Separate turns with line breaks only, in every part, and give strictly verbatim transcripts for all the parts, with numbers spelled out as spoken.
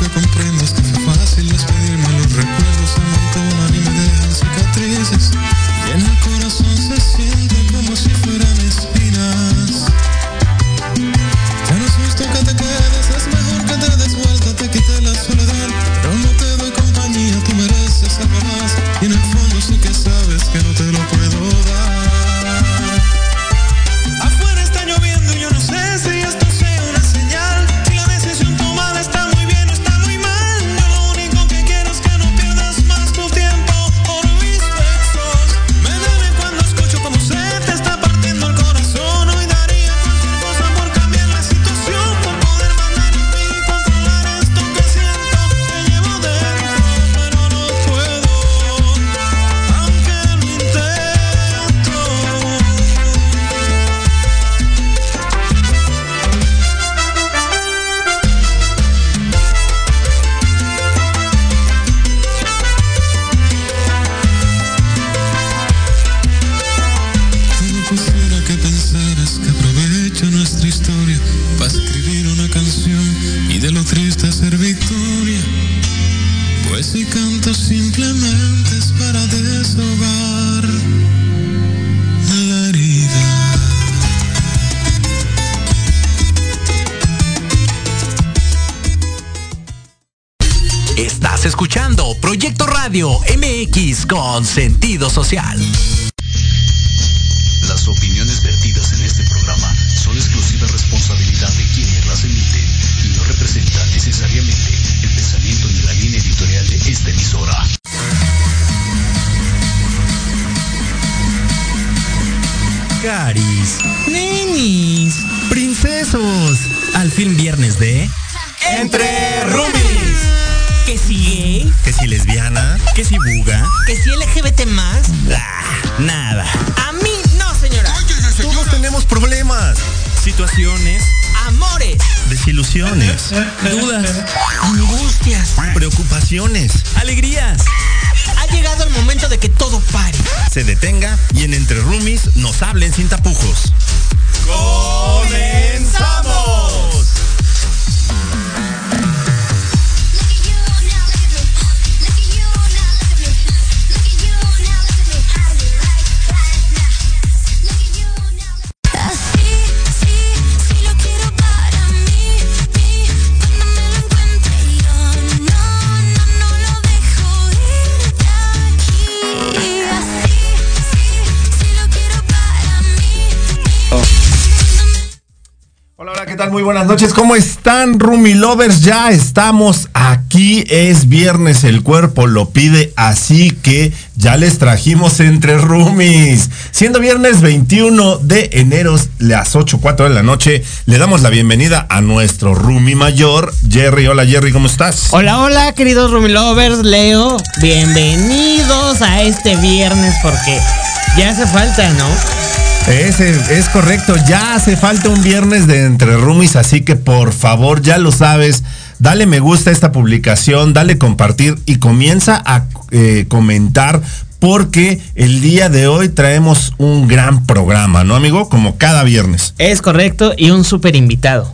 comprendas que fue fácil despedirme. Los recuerdos se amontonan y me dejan cicatrices, y en el corazón se siente como si fueran espinas. Ya no es justo que te quedes, es mejor que te des vuelta. Te quité la soledad, pero no te doy compañía. Tú mereces algo más, y en el fondo sí que sabes que no te lo puedo dar. Afuera está lloviendo y yo no sé si esto sea una señal. Si la decisión tomada está muy bien o está muy mal. Yo lo único que quiero es que no pierdas más tu tiempo por mis besos. Me duele cuando escucho como se te está partiendo el corazón. Hoy daría cualquier cosa por cambiar la situación, por poder mandar en mí y controlar esto que siento, que llevo dentro, pero no puedo, aunque lo intento. Solo quisiera que pensaras que aprovecho nuestra historia para escribir una canción y de lo triste hacer victoria. Pues si canto simplemente es para desahogar la herida.
Estás escuchando Proyecto Radio M X con sentido social.
Las opiniones vertidas en este programa son exclusiva responsabilidad de quienes las emiten y no representan necesariamente el pensamiento ni la línea editorial de esta emisora.
Caris, nenis, princesos, al fin viernes de Entre Roomies.
¿Que si gay?
¿Que si lesbiana? ¿Que si buga?
¿Que si L G B T más?
Ah, nada.
A mí no, señora.
Todos tenemos problemas, situaciones,
Amores,
desilusiones, dudas,
angustias,
preocupaciones, alegrías.
ha llegado el momento de que todo pare.
Se detenga y en Entre Roomies nos hablen sin tapujos. ¡Comenzamos! ¿Qué tal? Muy buenas noches, ¿cómo están, Roomie Lovers? Ya estamos aquí, es viernes, el cuerpo lo pide, así que ya les trajimos Entre Roomies. Siendo viernes veintiuno de enero, las ocho cuatro de la noche, le damos la bienvenida a nuestro Roomie mayor, Jerry. Hola, Jerry, ¿cómo estás?
Hola, hola, queridos Roomie Lovers, Leo, bienvenidos a este viernes, porque ya hace falta, ¿no?
Es, es correcto, ya hace falta un viernes de Entre Roomies, así que por favor, ya lo sabes, dale me gusta a esta publicación, dale compartir y comienza a eh, comentar, porque el día de hoy traemos un gran programa, ¿no, amigo? Como cada viernes.
Es correcto, y un súper invitado.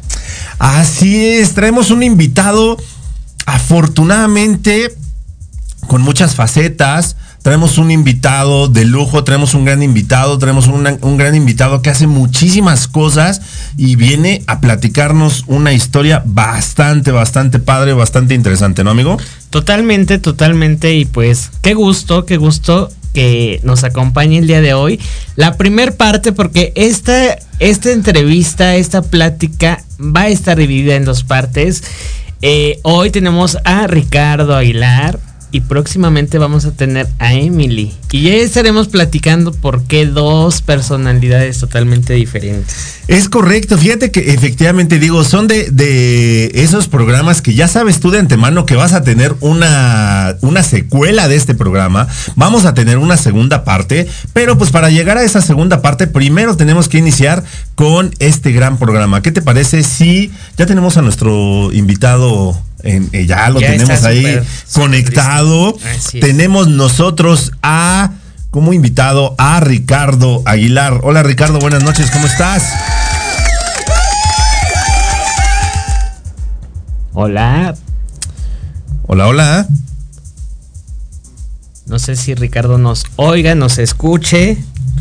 Así es, traemos un invitado afortunadamente con muchas facetas. Traemos un invitado de lujo, traemos un gran invitado, traemos una, un gran invitado que hace muchísimas cosas y viene a platicarnos una historia bastante, bastante padre, bastante interesante, ¿no, amigo?
Totalmente, totalmente, y pues qué gusto, qué gusto que nos acompañe el día de hoy. La primer parte, porque esta, esta entrevista, esta plática va a estar dividida en dos partes. Eh, hoy tenemos a Ricardo Aguilar. Y próximamente vamos a tener a Emily. Y ya estaremos platicando por qué dos personalidades totalmente diferentes.
Es correcto, fíjate que efectivamente, digo, son de, de esos programas que ya sabes tú de antemano que vas a tener una, una secuela de este programa. Vamos a tener una segunda parte, pero pues para llegar a esa segunda parte, primero tenemos que iniciar con este gran programa. ¿Qué te parece si ya tenemos a nuestro invitado? En, eh, ya lo ya tenemos ahí super, conectado.
Super
tenemos nosotros a, como invitado, a Ricardo Aguilar. Hola, Ricardo, buenas noches, ¿cómo estás?
Hola.
Hola, hola.
No sé si Ricardo nos oiga, nos escuche.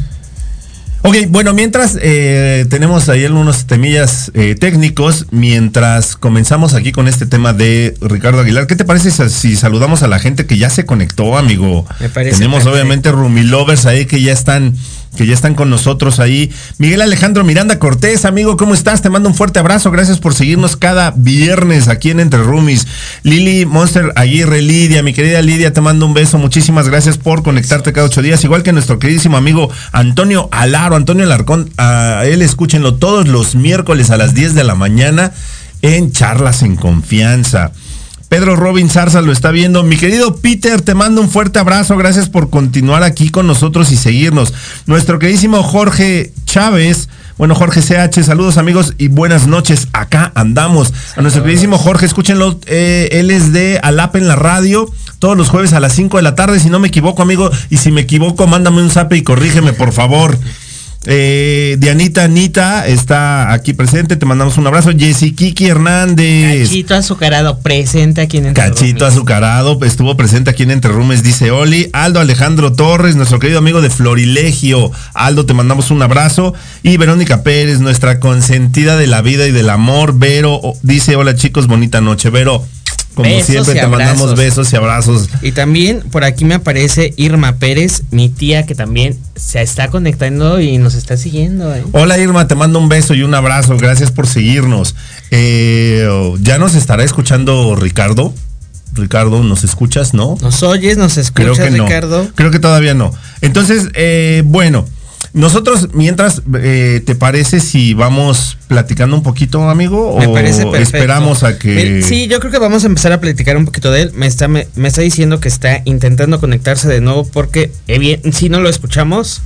Ok, bueno, mientras eh, tenemos ahí algunos temillas eh, técnicos, mientras comenzamos aquí con este tema de Ricardo Aguilar, ¿qué te parece si saludamos a la gente que ya se conectó, amigo?
Me parece
Tenemos
perfecto.
obviamente Rumilovers ahí que ya están, que ya están con nosotros ahí. Miguel Alejandro Miranda Cortés, amigo, ¿cómo estás? Te mando un fuerte abrazo, gracias por seguirnos cada viernes aquí en Entre Roomies. Lili Monster Aguirre, Lidia, mi querida Lidia, te mando un beso, muchísimas gracias por conectarte cada ocho días, igual que nuestro queridísimo amigo Antonio Alaro, Antonio Alarcón, a él escúchenlo todos los miércoles a las diez de la mañana en Charlas en Confianza. Pedro Robin Zarza lo está viendo. Mi querido Peter, te mando un fuerte abrazo. Gracias por continuar aquí con nosotros y seguirnos. Nuestro queridísimo Jorge Chávez. Bueno, Jorge C H, saludos amigos y buenas noches. Acá andamos. A nuestro queridísimo Jorge, escúchenlo. Eh, él es de Alapa en la radio. Todos los jueves a las cinco de la tarde. Si no me equivoco, amigo. Y si me equivoco, mándame un zape y corrígeme, por favor. Eh, Dianita Anita está aquí presente, te mandamos un abrazo. Jessy Kiki Hernández.
Cachito azucarado, presente aquí en Entre
Cachito
Roomies.
azucarado, estuvo presente aquí en Entre Roomies, dice Oli. Aldo Alejandro Torres, nuestro querido amigo de Florilegio. Aldo, te mandamos un abrazo. Y Verónica Pérez, nuestra consentida de la vida y del amor. Vero, oh, dice, hola chicos, bonita noche. Vero, como
Besos
siempre
y
te mandamos
abrazos.
besos y abrazos.
Y también por aquí me aparece Irma Pérez, mi tía, que también se está conectando y nos está siguiendo. ¿eh?
Hola Irma, te mando un beso y un abrazo, gracias por seguirnos. Eh, ¿Ya nos estará escuchando Ricardo? Ricardo, ¿nos escuchas? ¿No?
¿Nos oyes? ¿Nos escuchas,
Creo que no.
Ricardo?
Creo que todavía no. Entonces, eh, bueno, nosotros, mientras, eh, ¿te parece si vamos platicando un poquito, amigo?
Me
o
parece perfecto.
esperamos a que...
Mira, sí, yo creo que vamos a empezar a platicar un poquito de él. Me está, me, me está diciendo que está intentando conectarse de nuevo porque eh, bien, si no lo escuchamos.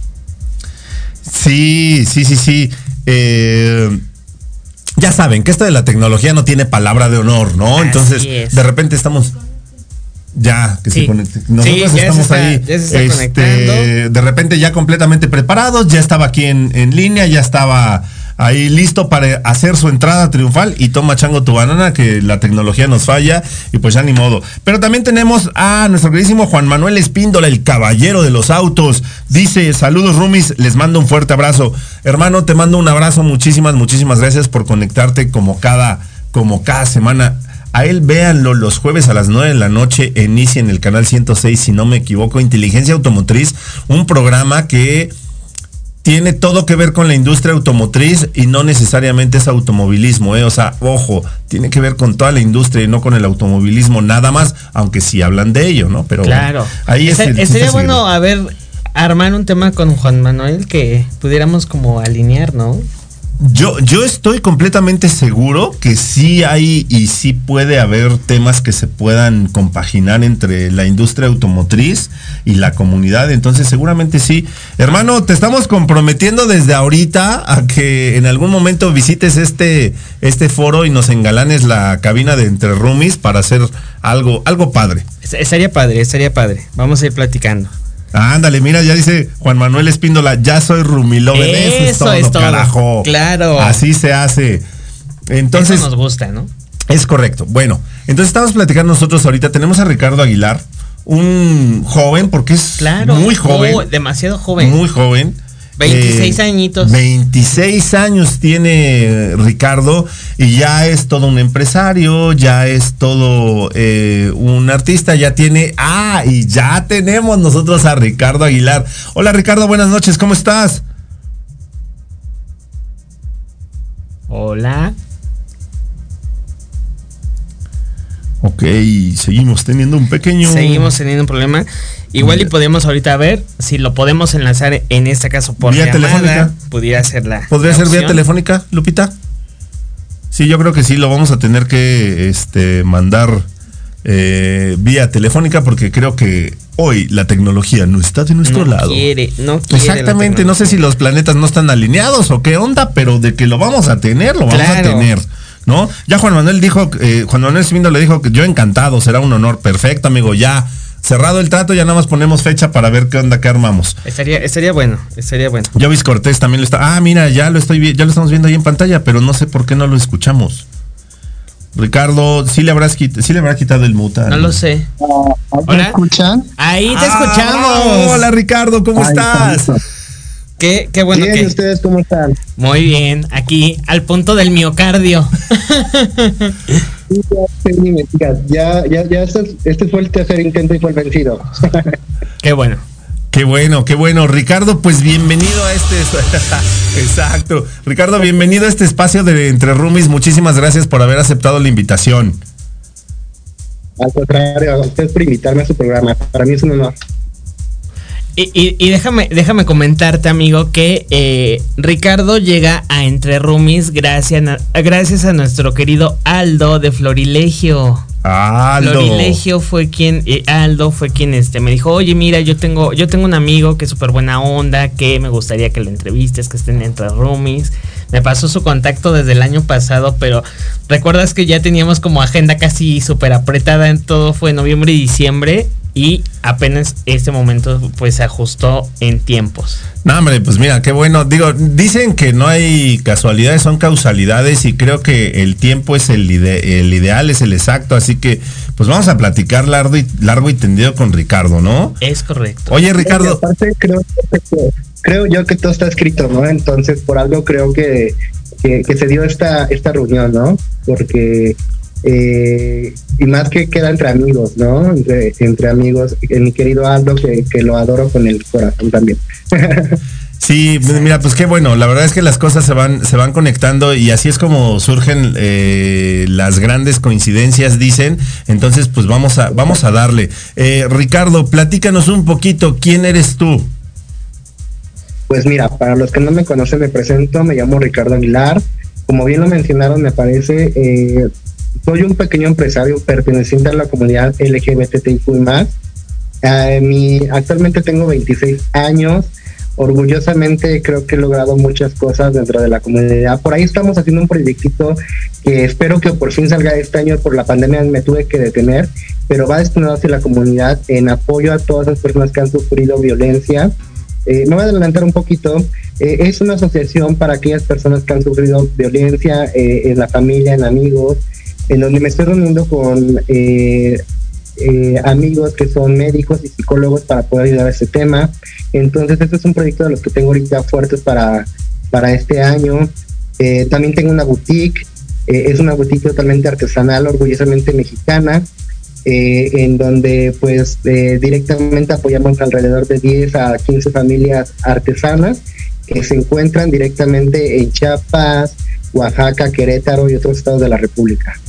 Sí, sí, sí, sí. Eh, ya saben que esto de la tecnología no tiene palabra de honor, ¿no?
Así
Entonces,
es.
de repente estamos... Ya, que
Sí.
se conecte. Nosotros
Sí, ya
estamos
se está-
ahí.
ya se está
este,
conectando.
de repente ya completamente preparados, ya estaba aquí en, en línea, ya estaba ahí listo para hacer su entrada triunfal y toma chango tu banana, que la tecnología nos falla y pues ya ni modo. Pero también tenemos a nuestro queridísimo Juan Manuel Espíndola, el caballero de los autos. Dice, saludos Roomies, les mando un fuerte abrazo. Hermano, te mando un abrazo, muchísimas, muchísimas gracias por conectarte como cada, como cada semana. A él véanlo los jueves a las nueve de la noche en Easy en el canal ciento seis, si no me equivoco, Inteligencia Automotriz, un programa que tiene todo que ver con la industria automotriz y no necesariamente es automovilismo, ¿eh? O sea, ojo, tiene que ver con toda la industria y no con el automovilismo nada más, aunque sí hablan de ello, ¿no? Pero
Claro.
bueno, ahí es
Esta-
el chiste
estaría
seguirlo.
bueno, a ver, armar un tema con Juan Manuel que pudiéramos como alinear, ¿no?
Yo, yo estoy completamente seguro que sí hay y sí puede haber temas que se puedan compaginar entre la industria automotriz y la comunidad. Entonces, seguramente sí. Hermano, te estamos comprometiendo desde ahorita a que en algún momento visites este, este foro y nos engalanes la cabina de Entre Roomies para hacer algo, algo padre.
Es- Estaría padre, estaría padre. Vamos a ir platicando.
Ándale, mira, ya dice Juan Manuel Espíndola, ya soy Rumilove. Eso es
Eso
todo,
es todo.
carajo.
Claro.
Así se hace. Entonces,
Eso nos gusta, ¿no?
es correcto. Bueno, entonces estamos platicando nosotros ahorita. Tenemos a Ricardo Aguilar, un joven, porque es
Claro.
muy joven.
Muy- demasiado joven.
Muy joven.
veintiséis añitos.
veintiséis años tiene Ricardo y ya es todo un empresario, ya es todo eh, un artista, ya tiene... Ah, y ya tenemos nosotros a Ricardo Aguilar. Hola Ricardo, buenas noches, ¿cómo estás?
Hola.
Ok, seguimos teniendo un pequeño...
Seguimos teniendo un problema. Igual y podemos ahorita ver si lo podemos enlazar en este caso por
Vía
llamada.
telefónica.
Pudiera ser la.
¿Podría
la
ser vía
opción.
telefónica, Lupita? Sí, yo creo que sí, lo vamos a tener que este, mandar eh, vía telefónica porque creo que hoy la tecnología no está de nuestro
No
lado.
quiere, no quiere.
Exactamente,
la
no sé si
tecnología.
los planetas no están alineados o qué onda, pero de que lo vamos a tener, lo vamos
Claro.
a tener, ¿no? Ya Juan Manuel dijo, eh, Juan Manuel Espíndola le dijo que yo encantado, será un honor, perfecto, amigo, ya cerrado el trato, ya nada más ponemos fecha para ver qué onda, qué armamos.
Estaría, estaría bueno, estaría bueno.
Jovis Cortés también lo está. Ah, mira, ya lo estoy vi- ya lo estamos viendo ahí en pantalla, pero no sé por qué no lo escuchamos. Ricardo, ¿sí le habrás, quit- sí le habrás quitado el muta?
No lo sé.
Uh, ¿Me
Hola.
escuchan?
Ahí te
Ah,
escuchamos.
Hola Ricardo, ¿cómo
Ay,
estás?
tanto.
Qué, qué bueno
Bien,
que.
¿y ustedes cómo están?
Muy bien, aquí al punto del miocardio.
Sí, ya, sí, ni me digas. Ya, ya, ya este, este fue el tercer intento y fue el vencido.
Qué bueno.
Qué bueno, qué bueno. Ricardo, pues bienvenido a este... Exacto. Ricardo, bienvenido a este espacio de Entre Roomies. Muchísimas gracias por haber aceptado la invitación.
Al contrario, a ustedes por invitarme a su programa. Para mí es un honor.
Y, y, y déjame, déjame comentarte, amigo, que eh, Ricardo llega a Entre Roomies gracias a, gracias a nuestro querido Aldo de Florilegio.
Aldo.
Florilegio fue quien, eh, Aldo fue quien este, me dijo, oye, mira, yo tengo, yo tengo un amigo que es súper buena onda, que me gustaría que lo entrevistes, que estén Entre Roomies. Me pasó su contacto desde el año pasado, pero recuerdas que ya teníamos como agenda casi súper apretada, en todo fue noviembre y diciembre, y apenas este momento pues se ajustó en tiempos.
No, hombre, pues mira, qué bueno. Digo, dicen que no hay casualidades, son causalidades y creo que el tiempo es el, ide- el ideal, es el exacto. Así que, pues vamos a platicar largo y, largo y tendido con Ricardo, ¿no?
Es correcto.
Oye,
Y
Ricardo.
aparte, creo, que- creo yo que todo está escrito, ¿no? Entonces, por algo creo que, que, que se dio esta, esta reunión, ¿no? Porque... Eh, y más que queda entre amigos, ¿no? Entre, entre amigos, eh, mi querido Aldo, que, que lo adoro con el corazón también.
Sí, mira, pues qué bueno. La verdad es que las cosas se van, se van conectando y así es como surgen eh, las grandes coincidencias, dicen. Entonces, pues vamos a, vamos a darle. Eh, Ricardo, platícanos un poquito. ¿Quién eres tú?
Pues mira, para los que no me conocen, me presento, me llamo Ricardo Aguilar. Como bien lo mencionaron, me parece, eh, soy un pequeño empresario perteneciente a la comunidad L G B T I Q más. Uh, mi, actualmente tengo veintiséis años. Orgullosamente creo que he logrado muchas cosas dentro de la comunidad. Por ahí estamos haciendo un proyectito que espero que por fin salga este año. Por la pandemia me tuve que detener, pero va destinado hacia la comunidad en apoyo a todas las personas que han sufrido violencia. Eh, me voy a adelantar un poquito. Eh, es una asociación para aquellas personas que han sufrido violencia eh, en la familia, en amigos, en donde me estoy reuniendo con eh, eh, amigos que son médicos y psicólogos para poder ayudar a este tema. Entonces, este es un proyecto de los que tengo ahorita fuertes para, para este año. Eh, también tengo una boutique, eh, es una boutique totalmente artesanal, orgullosamente mexicana, eh, en donde pues eh, directamente apoyamos alrededor de diez a quince familias artesanas que se encuentran directamente en Chiapas, Oaxaca, Querétaro y otros estados de la República.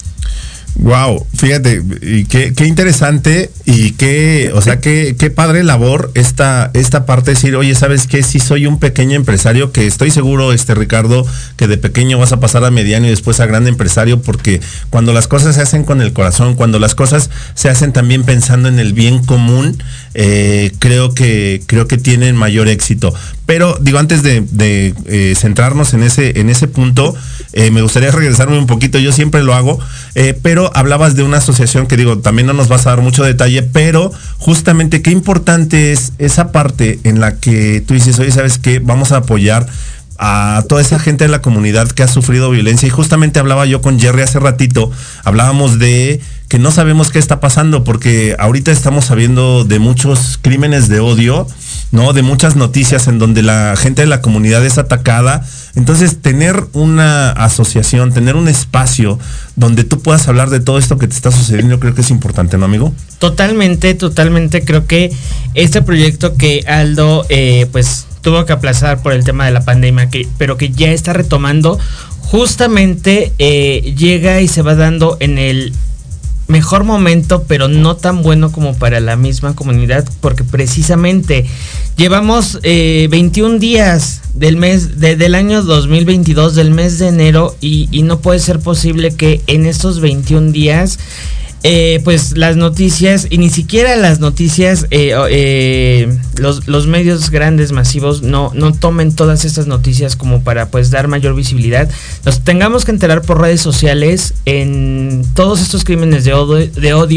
Wow, fíjate, y qué, qué interesante y qué, o sea, qué, qué padre labor esta, esta parte de decir, oye, ¿sabes qué? Sí soy un pequeño empresario, que estoy seguro, este Ricardo, que de pequeño vas a pasar a mediano y después a gran empresario, porque cuando las cosas se hacen con el corazón, cuando las cosas se hacen también pensando en el bien común, eh, creo que, creo que tienen mayor éxito. Pero digo, antes de, de eh, centrarnos en ese, en ese punto, eh, me gustaría regresarme un poquito, yo siempre lo hago, eh, pero hablabas de una asociación que digo, también no nos vas a dar mucho detalle, pero justamente qué importante es esa parte en la que tú dices, oye, ¿sabes qué? Vamos a apoyar a toda esa gente de la comunidad que ha sufrido violencia. Y justamente hablaba yo con Jerry hace ratito, hablábamos de que no sabemos qué está pasando, porque ahorita estamos sabiendo de muchos crímenes de odio, ¿no? De muchas noticias en donde la gente de la comunidad es atacada. Entonces, tener una asociación, tener un espacio donde tú puedas hablar de todo esto que te está sucediendo, creo que es importante, ¿no, amigo?
Totalmente, totalmente. Creo que este proyecto que Aldo, eh, pues, tuvo que aplazar por el tema de la pandemia, que, pero que ya está retomando, justamente eh, llega y se va dando en el mejor momento, pero no tan bueno como para la misma comunidad, porque precisamente llevamos eh, veintiún días del mes de, del año dos mil veintidós, del mes de enero, y, y no puede ser posible que en estos veintiún días eh, pues las noticias, y ni siquiera las noticias, eh, eh, los, los medios grandes, masivos, no, no tomen todas estas noticias como para pues dar mayor visibilidad. Nos tengamos que enterar por redes sociales en todos estos crímenes de odio, de odio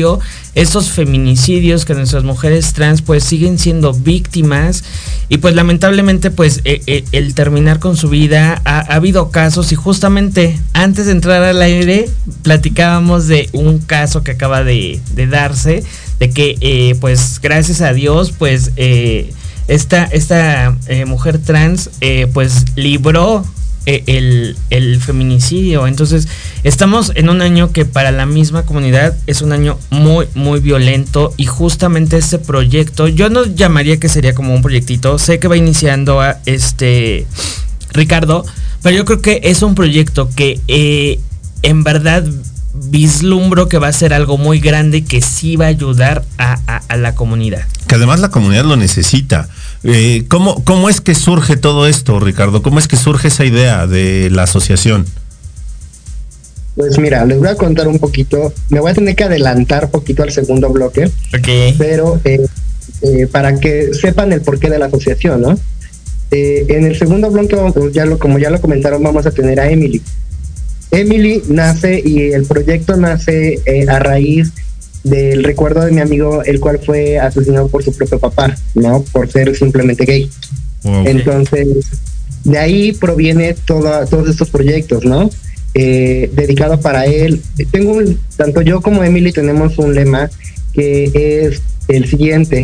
estos feminicidios, que nuestras mujeres trans pues siguen siendo víctimas y pues lamentablemente pues eh, eh, el terminar con su vida, ha, ha habido casos y justamente antes de entrar al aire platicábamos de un caso que acaba de, de darse, de que eh, pues gracias a Dios pues eh, esta, esta eh, mujer trans eh, pues libró El, el feminicidio. Entonces estamos en un año que para la misma comunidad es un año muy muy violento y justamente este proyecto yo no llamaría que sería como un proyectito, sé que va iniciando a este Ricardo, pero yo creo que es un proyecto que eh, en verdad vislumbro que va a ser algo muy grande y que sí va a ayudar a, a, a la comunidad,
que además la comunidad lo necesita. Eh, ¿cómo, ¿Cómo es que surge todo esto, Ricardo? ¿Cómo es que surge esa idea de la asociación?
Pues mira, les voy a contar un poquito, me voy a tener que adelantar un poquito al segundo bloque,
okay.
pero eh, eh, para que sepan el porqué de la asociación, ¿no? Eh, en el segundo bloque, ya lo, como ya lo comentaron, vamos a tener a Emily. Emily nace y el proyecto nace eh, a raíz del recuerdo de mi amigo, el cual fue asesinado por su propio papá, ¿no? Por ser simplemente gay. Wow. Entonces, de ahí proviene toda, todos estos proyectos, ¿no? Eh, dedicado para él. Tengo un, tanto yo como Emily tenemos un lema que es el siguiente,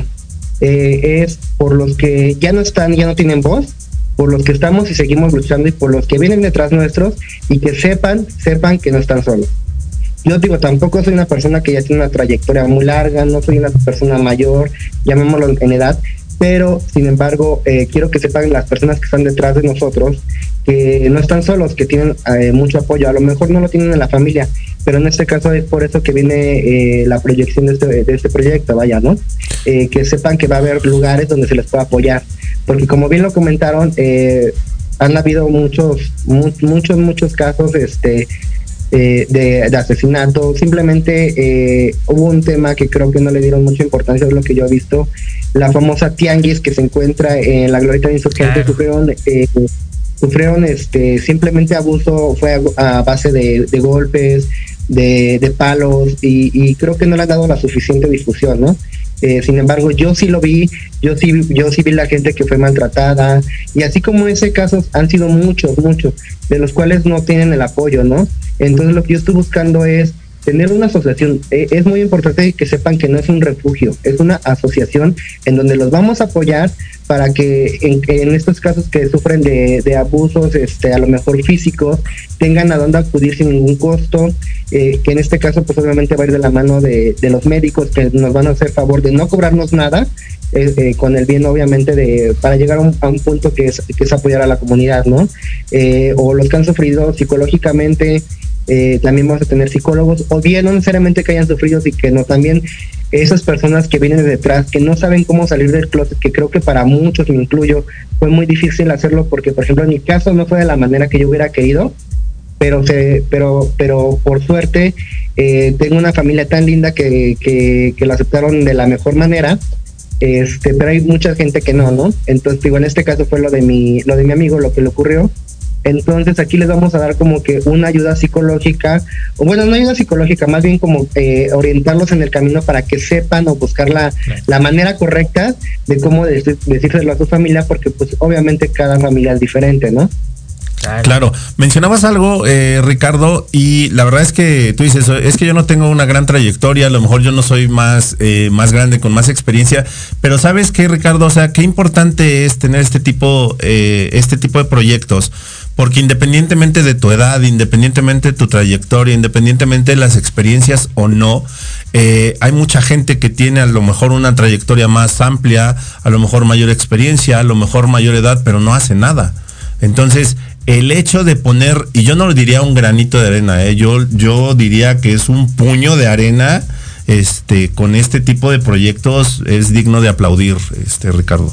eh, es por los que ya no están, ya no tienen voz, por los que estamos y seguimos luchando y por los que vienen detrás nuestros y que sepan, sepan que no están solos. Yo digo, tampoco soy una persona que ya tiene una trayectoria muy larga, no soy una persona mayor, llamémoslo en edad, pero sin embargo eh, quiero que sepan las personas que están detrás de nosotros que no están solos, que tienen eh, mucho apoyo. A lo mejor no lo tienen en la familia, pero en este caso es por eso que viene eh, la proyección de este, de este proyecto, vaya, ¿no? Eh, que sepan que va a haber lugares donde se les pueda apoyar, porque como bien lo comentaron, eh, han habido muchos, mu muchos, muchos casos, este... Eh, de, de asesinato. Simplemente eh, hubo un tema que creo que no le dieron mucha importancia, es lo que yo he visto, la famosa tianguis que se encuentra en la Glorieta de Insurgentes. Claro. sufrieron eh, sufrieron este simplemente abuso, fue a, a base de, de golpes, de, de palos, y, y creo que no le han dado la suficiente difusión, ¿no? Eh, sin embargo, yo sí lo vi, yo sí, yo sí vi la gente que fue maltratada, y así como ese caso han sido muchos, muchos, de los cuales no tienen el apoyo, ¿no? Entonces lo que yo estoy buscando es tener una asociación. Eh, es muy importante que sepan que no es un refugio, es una asociación en donde los vamos a apoyar para que en, en estos casos que sufren de, de abusos, este, a lo mejor físicos, tengan a dónde acudir sin ningún costo, eh, que en este caso pues obviamente va a ir de la mano de, de los médicos, que nos van a hacer favor de no cobrarnos nada, eh, eh, con el bien obviamente de para llegar a un, a un punto que es, que es apoyar a la comunidad, ¿no? Eh, o los que han sufrido psicológicamente. Eh, también vamos a tener psicólogos, o bien no necesariamente que hayan sufrido, y que no, también esas personas que vienen de detrás, que no saben cómo salir del closet, que creo que para muchos, me incluyo, fue muy difícil hacerlo, porque por ejemplo en mi caso no fue de la manera que yo hubiera querido, pero se, pero, pero por suerte eh, tengo una familia tan linda que, que, que la aceptaron de la mejor manera. Este, pero hay mucha gente que no, ¿no? Entonces digo, en este caso fue lo de mi, lo de mi amigo, lo que le ocurrió. Entonces aquí les vamos a dar como que una ayuda psicológica, o bueno, no ayuda psicológica, más bien como eh, orientarlos en el camino para que sepan o buscar la, la manera correcta de cómo decir, decírselo a su familia, porque pues obviamente cada familia es diferente, ¿no?
Claro, mencionabas algo, eh, Ricardo, y la verdad es que tú dices, es que yo no tengo una gran trayectoria, a lo mejor yo no soy más, eh, más grande, con más experiencia, pero ¿sabes qué, Ricardo? O sea, qué importante es tener este tipo, eh, este tipo de proyectos, porque independientemente de tu edad, independientemente de tu trayectoria, independientemente de las experiencias o no, eh, hay mucha gente que tiene a lo mejor una trayectoria más amplia, a lo mejor mayor experiencia, a lo mejor mayor edad, pero no hace nada. Entonces, el hecho de poner, y yo no lo diría un granito de arena, ¿eh? yo, yo diría que es un puño de arena, este, con este tipo de proyectos es digno de aplaudir, este, Ricardo.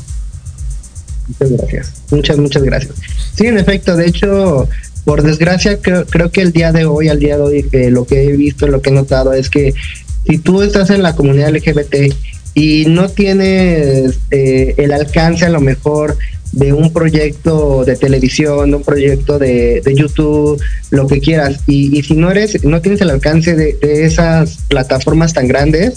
Muchas gracias, muchas, muchas gracias. Sí, en efecto, de hecho, por desgracia, creo, creo que el día de hoy, al día de hoy, eh, lo que he visto, lo que he notado es que si tú estás en la comunidad L G B T y no tienes eh, el alcance a lo mejor de un proyecto de televisión, de un proyecto de, de YouTube, lo que quieras, y, y si no eres, no tienes el alcance de, de esas plataformas tan grandes,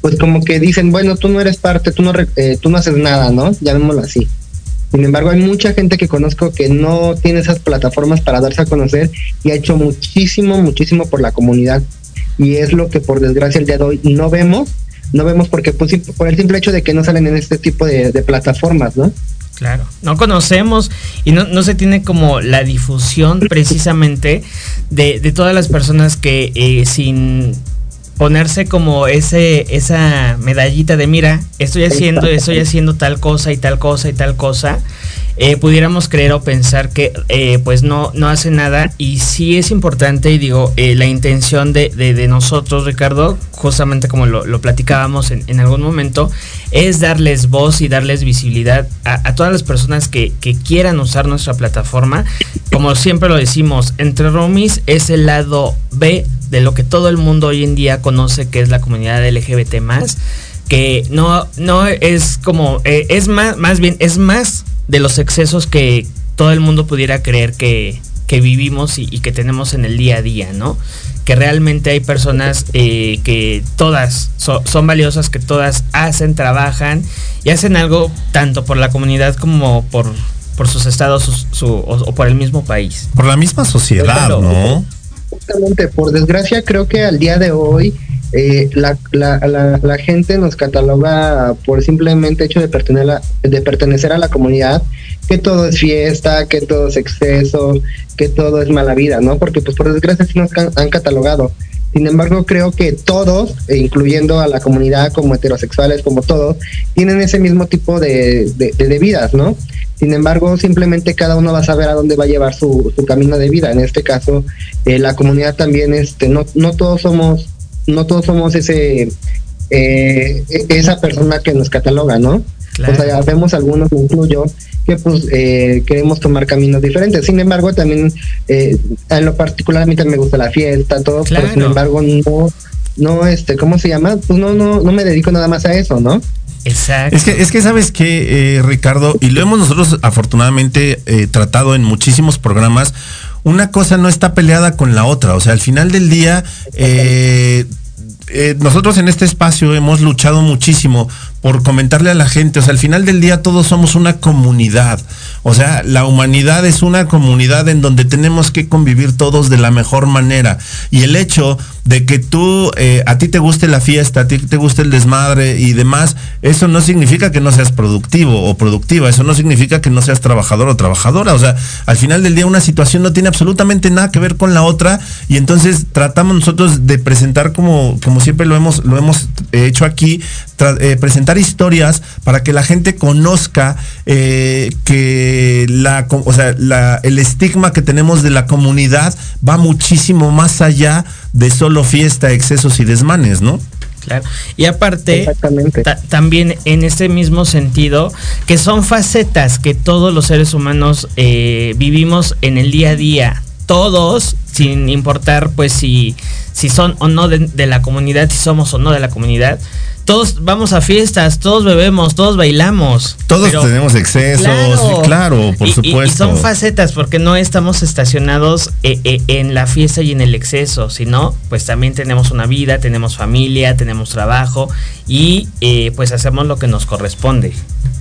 pues como que dicen, bueno, tú no eres parte, tú no, eh, tú no haces nada, ¿no? Llamémoslo así. Sin embargo, hay mucha gente que conozco que no tiene esas plataformas para darse a conocer y ha hecho muchísimo, muchísimo por la comunidad. Y es lo que por desgracia el día de hoy no vemos, no vemos porque pues, por el simple hecho de que no salen en este tipo de, de plataformas, ¿no?
Claro, no conocemos y no, no se tiene como la difusión precisamente de, de todas las personas que eh, sin ponerse como ese esa medallita de mira, estoy haciendo, estoy haciendo tal cosa y tal cosa y tal cosa, eh, pudiéramos creer o pensar que eh, pues no, no hace nada. Y sí es importante, y digo, eh, la intención de, de, de nosotros, Ricardo, justamente como lo, lo platicábamos en, en algún momento, es darles voz y darles visibilidad a, a todas las personas que, que quieran usar nuestra plataforma. Como siempre lo decimos, Entre Roomies es el lado B de lo que todo el mundo hoy en día conoce, que es la comunidad L G B T más, que no, no es como, eh, es más, más bien, es más de los excesos que todo el mundo pudiera creer que, que vivimos y, y que tenemos en el día a día, ¿no? Que realmente hay personas eh, que todas so, son valiosas, que todas hacen, trabajan y hacen algo tanto por la comunidad como por, por sus estados su, su, o, o por el mismo país.
Por la misma sociedad,
Pero,
¿no?
Justamente, por desgracia, creo que al día de hoy eh, la, la, la, la gente nos cataloga por simplemente hecho de pertenecer, a, de pertenecer a la comunidad, que todo es fiesta, que todo es exceso, que todo es mala vida, ¿no? Porque pues por desgracia sí nos han catalogado. Sin embargo, creo que todos, incluyendo a la comunidad como heterosexuales, como todos, tienen ese mismo tipo de, de, de vidas, ¿no? Sin embargo, simplemente cada uno va a saber a dónde va a llevar su, su camino de vida. En este caso, eh, la comunidad también, este, no, no todos somos, no todos somos ese, eh, esa persona que nos cataloga, ¿no? Claro. O sea, vemos algunos, me incluyo, que pues eh, queremos tomar caminos diferentes. Sin embargo, también eh, en lo particular a mí también me gusta la fiesta, todo, claro. Pero sin embargo no, no, este, ¿cómo se llama? Pues no, no, no me dedico nada más a eso, ¿no?
Exacto. Es que, es que sabes que, eh, Ricardo, y lo hemos nosotros afortunadamente eh, tratado en muchísimos programas, una cosa no está peleada con la otra. O sea, al final del día, eh, eh, nosotros en este espacio hemos luchado muchísimo por comentarle a la gente, o sea, al final del día todos somos una comunidad, o sea, la humanidad es una comunidad en donde tenemos que convivir todos de la mejor manera, y el hecho de que tú, eh, a ti te guste la fiesta, a ti te guste el desmadre y demás, eso no significa que no seas productivo o productiva, eso no significa que no seas trabajador o trabajadora, o sea, al final del día una situación no tiene absolutamente nada que ver con la otra, y entonces tratamos nosotros de presentar como, como siempre lo hemos, lo hemos hecho aquí, tra- eh, presentar historias para que la gente conozca eh, que la, o sea, la, el estigma que tenemos de la comunidad va muchísimo más allá de solo fiesta, excesos y desmanes, ¿no?
Claro, y aparte, ta- también en este mismo sentido, que son facetas que todos los seres humanos eh, vivimos en el día a día, todos, sin importar pues si, si son o no de, de la comunidad, si somos o no de la comunidad. Todos vamos a fiestas, todos bebemos, todos bailamos.
Todos pero, tenemos excesos, claro, claro por
y,
supuesto.
Y, y son facetas porque no estamos estacionados eh, eh, en la fiesta y en el exceso, sino pues también tenemos una vida, tenemos familia, tenemos trabajo y eh, pues hacemos lo que nos corresponde.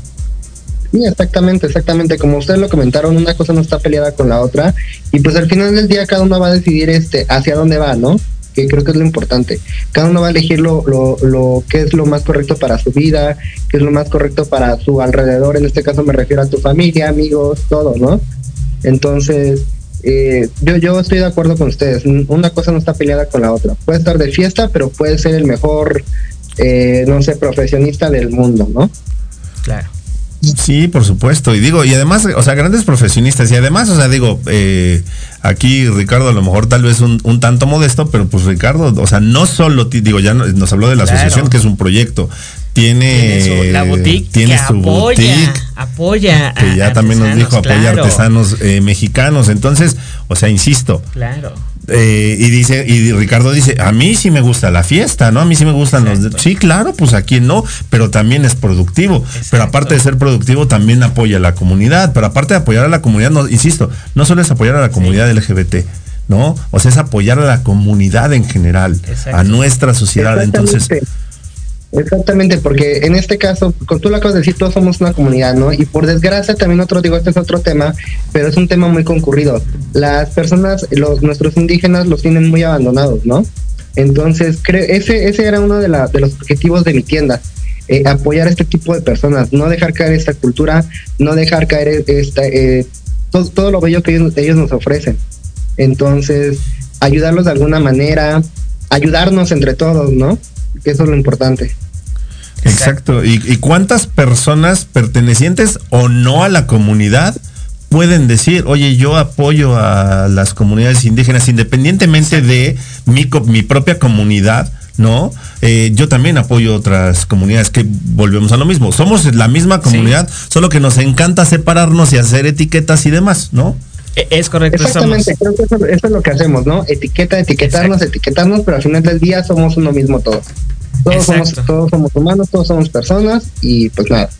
Sí, exactamente, exactamente. Como ustedes lo comentaron, una cosa no está peleada con la otra y pues al final del día cada uno va a decidir este hacia dónde va, ¿no? Que creo que es lo importante. Cada uno va a elegir lo, lo, lo que es lo más correcto para su vida, que es lo más correcto para su alrededor. En este caso me refiero a tu familia, amigos, todo, ¿no? Entonces, eh, yo, yo estoy de acuerdo con ustedes. Una cosa no está peleada con la otra. Puede estar de fiesta, pero puede ser el mejor, eh, no sé, profesionista del mundo, ¿no?
Claro.
Sí, por supuesto. Y digo, y además, o sea, grandes profesionistas. Y además, o sea, digo, eh, aquí Ricardo a lo mejor tal vez un, un tanto modesto, pero pues Ricardo, o sea, no solo, digo, ya nos habló de la claro. asociación, que es un proyecto. Tiene,
tiene su, la boutique
tiene
que
su
apoya,
boutique,
apoya
que ya también nos dijo apoya
claro.
artesanos eh, mexicanos. Entonces, o sea, insisto.
Claro.
Eh, y dice, y Ricardo dice, a mí sí me gusta la fiesta, ¿no? A mí sí me gustan Exacto. los... Sí, claro, pues a quién no, pero también es productivo. Exacto. Pero aparte de ser productivo, también apoya a la comunidad. Pero aparte de apoyar a la comunidad, no, insisto, no solo es apoyar a la comunidad sí. L G B T, ¿no? O sea, es apoyar a la comunidad en general, a nuestra sociedad. Entonces,
Exactamente.
o sea, es apoyar a la comunidad en general, ¿no? O sea, es apoyar a la comunidad L G B T, ¿no? O sea, es apoyar a la comunidad en general, a nuestra sociedad. Entonces, o sea,
Exactamente, porque en este caso, como tú lo acabas de decir, todos somos una comunidad, ¿no? Y por desgracia también otro, digo, este es otro tema, pero es un tema muy concurrido. Las personas, los nuestros indígenas los tienen muy abandonados, ¿no? Entonces, creo, ese, ese era uno de, la, de los objetivos de mi tienda, eh, apoyar a este tipo de personas, no dejar caer esta cultura, no dejar caer esta, eh, todo, todo lo bello que ellos, ellos nos ofrecen. Entonces, ayudarlos de alguna manera, ayudarnos entre todos, ¿no? Que eso es lo importante.
Exacto. ¿Y, y cuántas personas pertenecientes o no a la comunidad pueden decir, oye, yo apoyo a las comunidades indígenas independientemente de mi, mi propia comunidad, ¿no? Eh, yo también apoyo otras comunidades, que volvemos a lo mismo. Somos la misma comunidad, sí, solo que nos encanta separarnos y hacer etiquetas y demás, ¿no?
Es correcto.
Exactamente, somos. Creo que eso, eso es lo que hacemos, ¿no? Etiqueta, etiquetarnos, Exacto. etiquetarnos, pero al final del día somos uno mismo todos. Todos somos, todos somos humanos, todos somos personas y pues nada.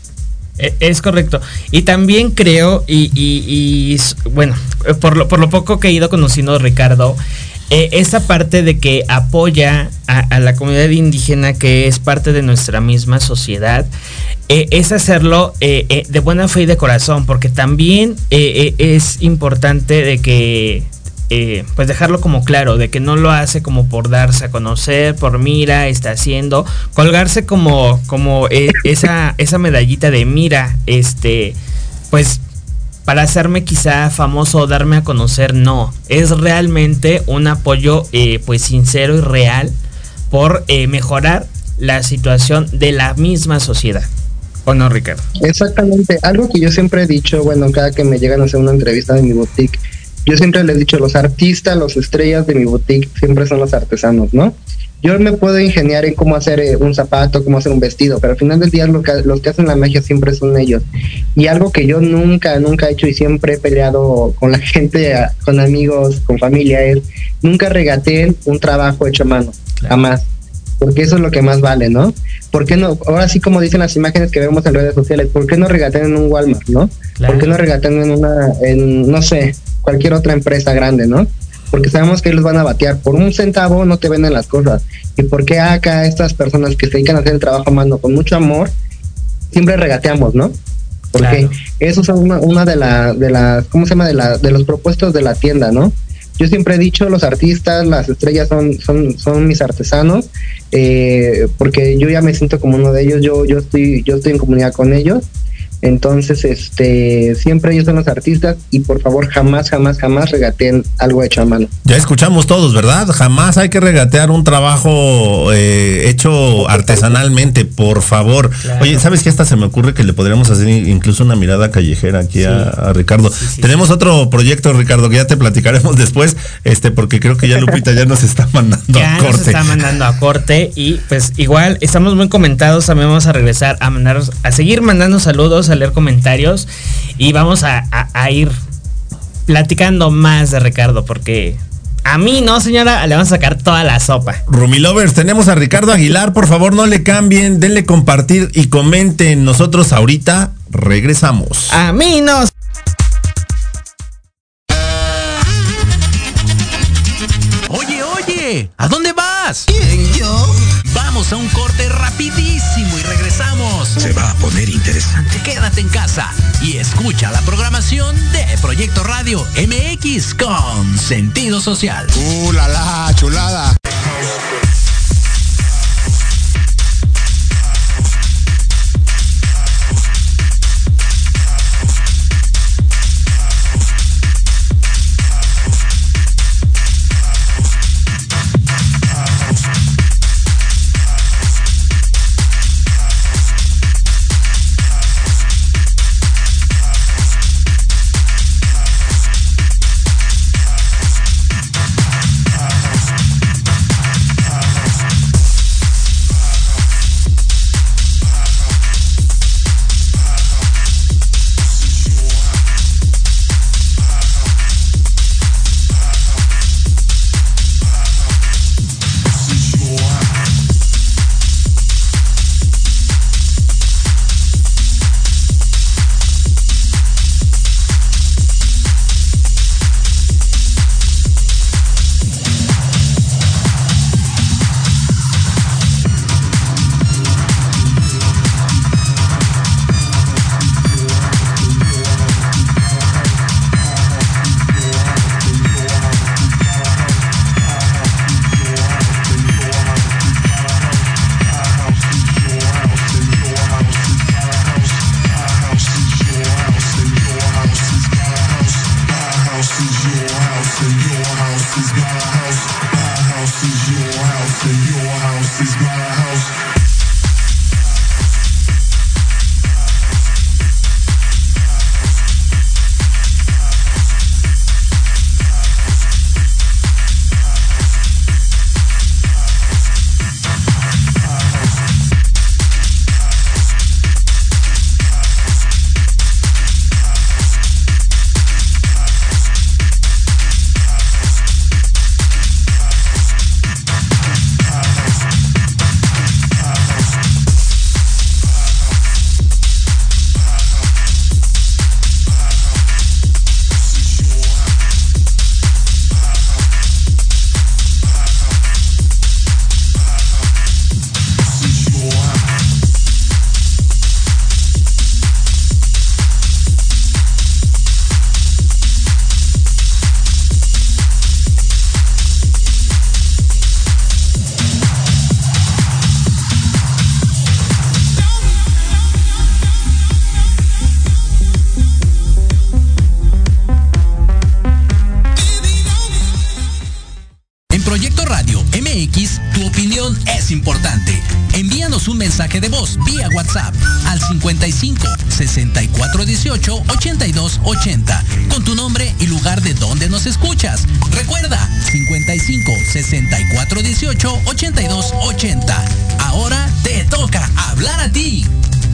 Es correcto. Y también creo, y, y, y bueno, por lo, por lo poco que he ido conociendo a Ricardo, eh, esa parte de que apoya a, a la comunidad indígena, que es parte de nuestra misma sociedad, eh, es hacerlo eh, eh, de buena fe y de corazón, porque también eh, eh, es importante de que Eh, pues dejarlo como claro, de que no lo hace como por darse a conocer, por mira, está haciendo, colgarse como, como eh, esa, esa medallita de mira, este, pues para hacerme quizá famoso o darme a conocer, no, es realmente un apoyo eh, pues sincero y real por eh, mejorar la situación de la misma sociedad. ¿O no, Ricardo?
Exactamente, algo que yo siempre he dicho, bueno, cada que me llegan a hacer una entrevista de mi boutique, yo siempre les he dicho, los artistas, los estrellas de mi boutique siempre son los artesanos, ¿no? Yo me puedo ingeniar en cómo hacer eh, un zapato, cómo hacer un vestido, pero al final del día lo que, los que hacen la magia siempre son ellos. Y algo que yo nunca, nunca he hecho y siempre he peleado con la gente, con amigos, con familia, es nunca regateen un trabajo hecho a mano, claro. Jamás. Porque eso es lo que más vale, ¿no? ¿Por qué no? Ahora sí, como dicen las imágenes que vemos en redes sociales, ¿por qué no regateen en un Walmart, no? Claro. ¿Por qué no regateen en una, en, no sé, cualquier otra empresa grande, ¿no? Porque sabemos que ellos van a batear. Por un centavo no te venden las cosas. ¿Y por qué acá estas personas que se dedican a hacer el trabajo a mano con mucho amor, siempre regateamos, ¿no? Porque claro. Eso es una, una de las, de las, ¿cómo se llama? De, la, de los propuestos de la tienda, ¿no? Yo siempre he dicho, los artistas, las estrellas son, son, son mis artesanos, eh, porque yo ya me siento como uno de ellos, yo, yo estoy, yo estoy en comunidad con ellos. Entonces, este, siempre ellos son los artistas y por favor jamás, jamás, jamás regateen algo hecho a mano.
Ya escuchamos todos, ¿verdad? Jamás hay que regatear un trabajo eh, hecho artesanalmente, por favor. Claro. Oye, ¿sabes qué? Hasta se me ocurre que le podríamos hacer incluso una mirada callejera aquí sí. a, a Ricardo. Sí, sí, Tenemos sí. otro proyecto, Ricardo, que ya te platicaremos después, este, porque creo que ya Lupita ya nos está mandando
ya
a corte.
Nos está mandando a corte y pues igual estamos muy comentados, también vamos a regresar a mandar, a seguir mandando saludos, a leer comentarios y vamos a, a, a ir platicando más de Ricardo, porque a mí no, señora, le vamos a sacar toda la sopa.
Rumi Lovers, tenemos a Ricardo Aguilar, por favor no le cambien, denle compartir y comenten. Nosotros ahorita regresamos.
A mí no.
Oye, oye, ¿a dónde vas?
¿Quién, yo?
Vamos a un corte rapidísimo y regresamos.
Se va a poner interesante.
Quédate en casa y escucha la programación de Proyecto Radio M X con sentido social.
¡Uh, la, la, chulada!
De voz vía WhatsApp al cincuenta y cinco, sesenta y cuatro dieciocho, ochenta y dos ochenta con tu nombre y lugar de donde nos escuchas. Recuerda, cincuenta y cinco, sesenta y cuatro dieciocho, ochenta y dos ochenta. Ahora te toca hablar a ti.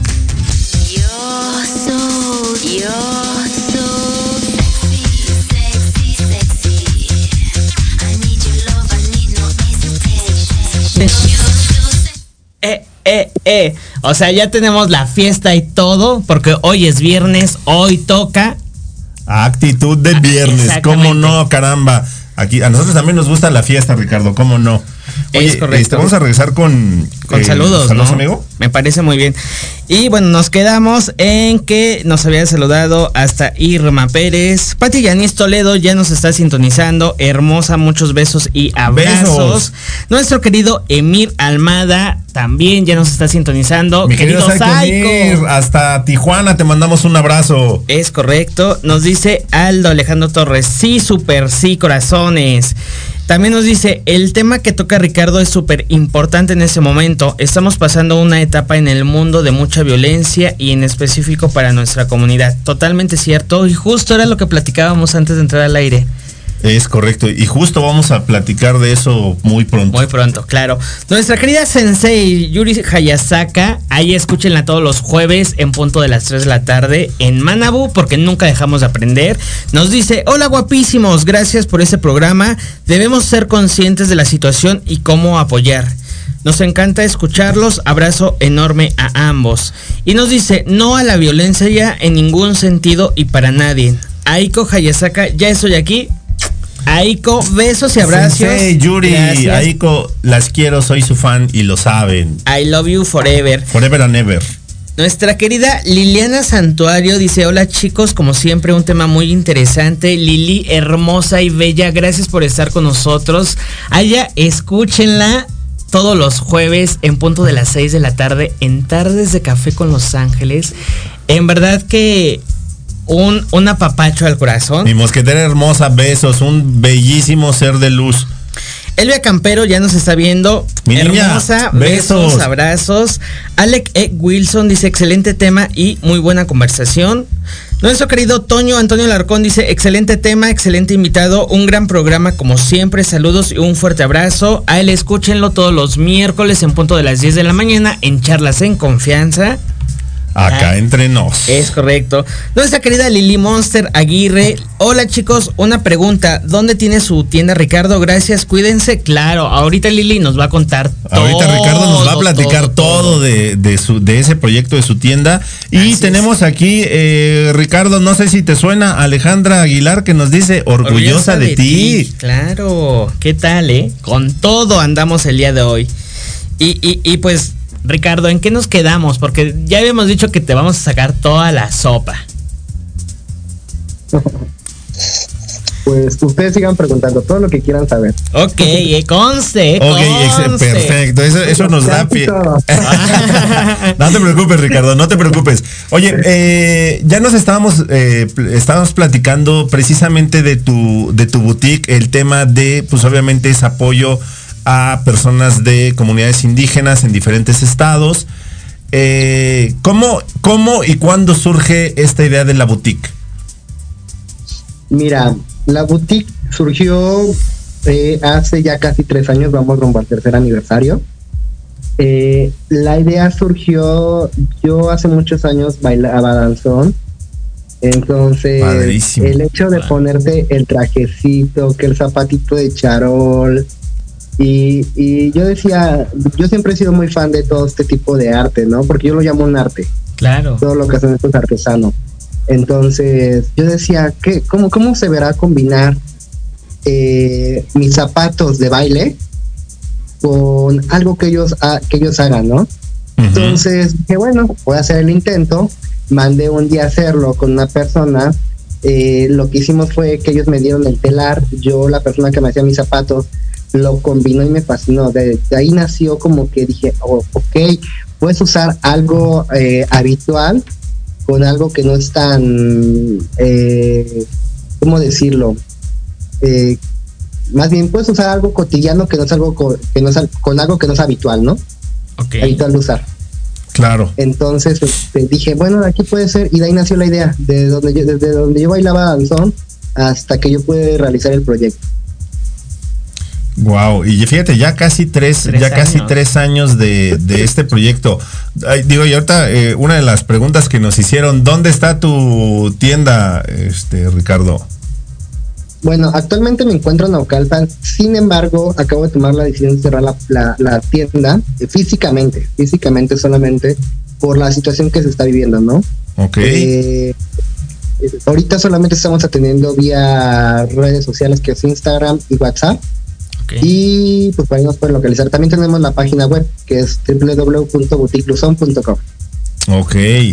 Yo soy, yo soy sexy, sexy, sexy. I need your love, I need no hesitation.
Eh, eh, eh. O sea, ya tenemos la fiesta y todo, porque hoy es viernes, hoy toca.
Actitud de viernes, ¿cómo no, caramba? Aquí a nosotros también nos gusta la fiesta, Ricardo, ¿cómo no? Oye,
Es correcto.
Este, vamos a regresar con...
Con
eh,
saludos,
saludos,
¿no?
amigo.
Me parece muy bien. Y bueno, nos quedamos en que nos había saludado hasta Irma Pérez. Pati Yanis Toledo ya nos está sintonizando. Hermosa, muchos besos y abrazos.
Besos.
Nuestro querido Emir Almada también ya nos está sintonizando.
Mi
querido
querido
Psycho.
Emir, hasta Tijuana te mandamos un abrazo.
Es correcto. Nos dice Aldo Alejandro Torres. Sí, súper, sí, corazones. También nos dice, el tema que toca Ricardo es súper importante en ese momento. Estamos pasando una etapa en el mundo de mucha violencia y en específico para nuestra comunidad. Totalmente cierto y justo era lo que platicábamos antes de entrar al aire.
Es correcto, y justo vamos a platicar de eso muy pronto.
Muy pronto, claro. Nuestra querida sensei Yuri Hayasaka, ahí escúchenla todos los jueves en punto de las tres de la tarde en Manabu, porque nunca dejamos de aprender. Nos dice, hola guapísimos, gracias por este programa. Debemos ser conscientes de la situación y cómo apoyar. Nos encanta escucharlos, abrazo enorme a ambos. Y nos dice, no a la violencia ya en ningún sentido y para nadie. Aiko Hayasaka, ya estoy aquí. Aiko, besos y abrazos.
Sensei, Yuri,
Gracias.
Aiko, las quiero, soy su fan y lo saben.
I love you forever.
Forever and ever.
Nuestra querida Liliana Santuario dice, hola chicos, como siempre un tema muy interesante. Lili, hermosa y bella, gracias por estar con nosotros. Allá, escúchenla todos los jueves en punto de las seis de la tarde en Tardes de Café con Los Ángeles. En verdad que un, un apapacho al corazón.
Mi mosquetera hermosa, besos, un bellísimo ser de luz.
Elvia Campero ya nos está viendo.
Mi niña,
hermosa,
besos.
besos, abrazos. Alec E. Wilson dice, excelente tema y muy buena conversación. Nuestro querido Toño Antonio Larcón dice, excelente tema, excelente invitado, un gran programa como siempre, saludos y un fuerte abrazo. A él escúchenlo todos los miércoles en punto de las diez de la mañana en Charlas en Confianza.
Acá
Ah,
entre nos.
Es correcto. Nuestra querida Lili Monster Aguirre. Hola chicos, una pregunta. ¿Dónde tiene su tienda Ricardo? Gracias, cuídense. Claro, ahorita Lili nos va a contar todo.
Ahorita Ricardo nos va a platicar todo,
todo.
de, de, su, de ese proyecto de su tienda. Y
Así
tenemos
es.
aquí, eh, Ricardo, no sé si te suena, Alejandra Aguilar, que nos dice, orgullosa, de, ti.
Claro, ¿qué tal, eh? Con todo andamos el día de hoy. Y, y, y pues, Ricardo, ¿en qué nos quedamos? Porque ya habíamos dicho que te vamos a sacar toda la sopa.
Pues ustedes sigan preguntando todo lo que quieran saber.
Ok, eh, conste,
Ok, ex-
conste.
perfecto, eso, eso nos da
Casi
pie.
todo.
No te preocupes, Ricardo, no te preocupes. Oye, eh, ya nos estábamos, eh, pl- estábamos platicando precisamente de tu, de tu boutique, el tema de, pues obviamente es apoyo a personas de comunidades indígenas en diferentes estados. Eh, ¿cómo, ¿Cómo y cuándo surge esta idea de la boutique?
Mira, la boutique surgió eh, hace ya casi tres años, vamos rumbo al tercer aniversario. Eh, la idea surgió, yo hace muchos años bailaba danzón, entonces
Padrísimo.
el hecho de ponerte el trajecito, que el zapatito de charol, y, y yo decía, yo siempre he sido muy fan de todo este tipo de arte, ¿no? Porque yo lo llamo un arte,
Claro.
todo lo que hacen estos artesanos. Entonces yo decía, ¿qué, cómo, ¿cómo se verá combinar eh, mis zapatos de baile con algo que ellos ha, que ellos hagan, ¿no?
Ujú.
Entonces dije, bueno, voy a hacer el intento. Mandé un día a hacerlo con una persona. Eh, lo que hicimos fue que ellos me dieron el telar. Yo, la persona que me hacía mis zapatos, lo combinó y me fascinó. De, de ahí nació como que dije, oh, ok, puedes usar algo eh, habitual con algo que no es tan, eh, ¿cómo decirlo? Eh, más bien puedes usar algo cotidiano que no es algo co- que no es al- con algo que no es habitual, ¿no?
Ok.
Habitual de usar.
Claro.
Entonces este, dije, bueno, de aquí puede ser, y de ahí nació la idea, de donde yo, desde donde yo bailaba danzón hasta que yo pude realizar el proyecto.
Wow, y fíjate, ya casi tres,
Tres
ya casi
años.
tres años de, de este proyecto. Ay, digo, y ahorita eh, una de las preguntas que nos hicieron, ¿dónde está tu tienda, este, Ricardo?
Bueno, actualmente me encuentro en Naucalpan, sin embargo, acabo de tomar la decisión de cerrar la, la, la tienda eh, físicamente, físicamente solamente por la situación que se está viviendo, ¿no?
Ok.
Eh, eh, ahorita solamente estamos atendiendo vía redes sociales, que es Instagram y WhatsApp,
Ok.
y pues para ahí nos pueden localizar. También tenemos la página web, que es doble u doble u doble u punto boutique luzon punto com.
Ok.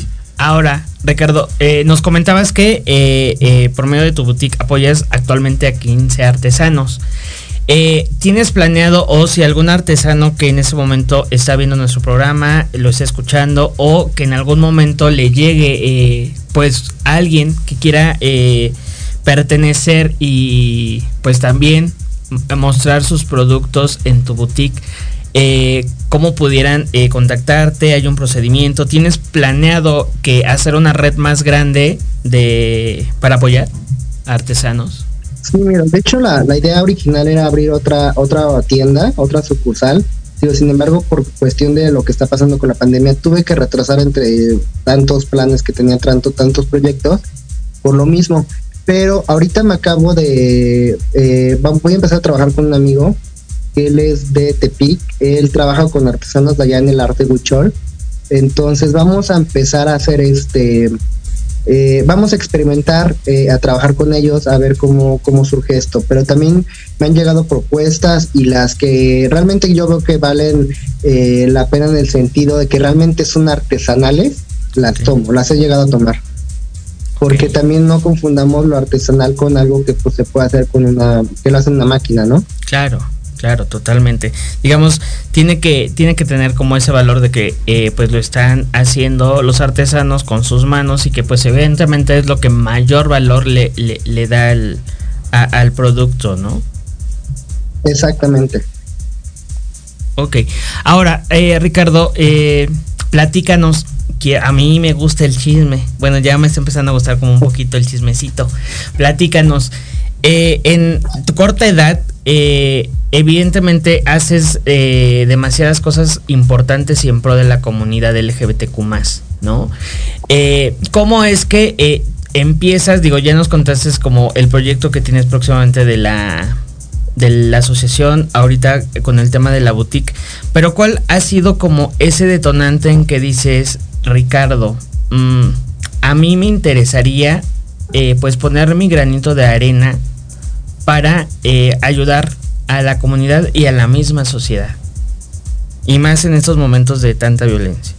Ahora, Ricardo, eh, nos comentabas que eh, eh, por medio de tu boutique apoyas actualmente a quince artesanos. Eh, ¿Tienes planeado, o si algún artesano que en ese momento está viendo nuestro programa, lo está escuchando, o que en algún momento le llegue eh, pues a alguien que quiera eh, pertenecer y pues también m- mostrar sus productos en tu boutique, eh, cómo pudieran eh, contactarte? ¿Hay un procedimiento? ¿Tienes planeado que hacer una red más grande de para apoyar a artesanos?
Sí, mira, de hecho la, la idea original era abrir otra otra tienda, otra sucursal. Digo, sin embargo, por cuestión de lo que está pasando con la pandemia, tuve que retrasar entre tantos planes que tenía, tanto, tantos proyectos, por lo mismo. Pero ahorita me acabo de... Eh, va- voy a empezar a trabajar con un amigo, que él es de Tepic, él trabaja con artesanos de allá en el arte Huichol. Entonces vamos a empezar a hacer este... Eh, vamos a experimentar, eh, a trabajar con ellos, a ver cómo, cómo surge esto. Pero también me han llegado propuestas, y las que realmente yo veo que valen eh, la pena en el sentido de que realmente son artesanales, las
Ok.
tomo, las he llegado a tomar. Porque
Ok.
también no confundamos lo artesanal con algo que pues se puede hacer con una, que lo hace una máquina, ¿no?
Claro, claro, totalmente. Digamos, tiene que, tiene que tener como ese valor de que eh, pues lo están haciendo los artesanos con sus manos, y que pues evidentemente es lo que mayor valor le, le, le da al, a- al producto, ¿no?
Exactamente.
Ok. Ahora, eh, Ricardo, eh, platícanos, que a mí me gusta el chisme. Bueno, ya me está empezando a gustar como un poquito el chismecito. Platícanos. Eh, en tu corta edad, eh, evidentemente haces eh, demasiadas cosas importantes y en pro de la comunidad L G B T Q más, ¿no? Eh, ¿Cómo es que eh, empiezas? Digo, ya nos contaste como el proyecto que tienes próximamente de la de la asociación, ahorita con el tema de la boutique, pero ¿cuál ha sido como ese detonante en que dices, Ricardo, mmm, a mí me interesaría eh, pues poner mi granito de arena para eh, ayudar a la comunidad y a la misma sociedad, y más en estos momentos de tanta violencia?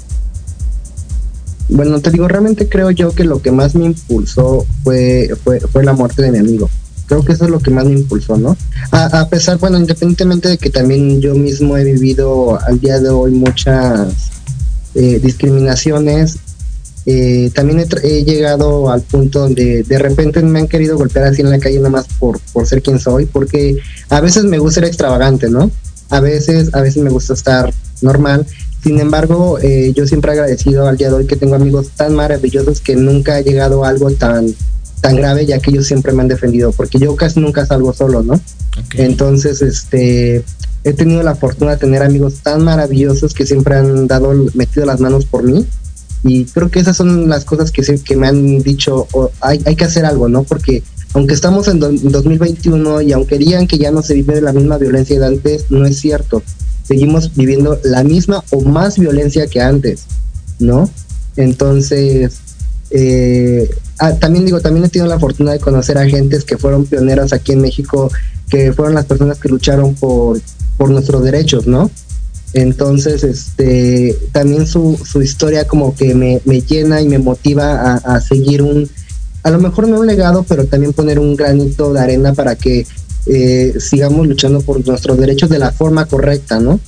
Bueno, te digo, realmente creo yo que lo que más me impulsó fue, fue, fue la muerte de mi amigo. Creo que eso es lo que más me impulsó, ¿no? A, a pesar, bueno, independientemente de que también yo mismo he vivido al día de hoy muchas eh, discriminaciones, eh, también he, tra- he llegado al punto donde de repente me han querido golpear así en la calle nada más por, por ser quien soy, porque a veces me gusta ser extravagante, ¿no? a veces, a veces me gusta estar normal. Sin embargo, eh, yo siempre he agradecido al día de hoy que tengo amigos tan maravillosos que nunca ha llegado a algo tan, tan grave, ya que ellos siempre me han defendido, porque yo casi nunca salgo solo, ¿no?
Okay.
Entonces, este, he tenido la fortuna de tener amigos tan maravillosos que siempre han dado, metido las manos por mí, y creo que esas son las cosas que, se, que me han dicho, oh, hay, hay que hacer algo, ¿no? Porque aunque estamos en, do, en dos mil veintiuno y aunque digan que ya no se vive la misma violencia de antes, no es cierto. Seguimos viviendo la misma o más violencia que antes, ¿no? Entonces, eh, ah, también digo, también he tenido la fortuna de conocer a gentes que fueron pioneras aquí en México, que fueron las personas que lucharon por, por nuestros derechos, ¿no? Entonces, este, también su, su historia como que me, me llena y me motiva a, a seguir un, a lo mejor no un legado, pero también poner un granito de arena para que Eh, sigamos luchando por nuestros derechos de la forma correcta, ¿no?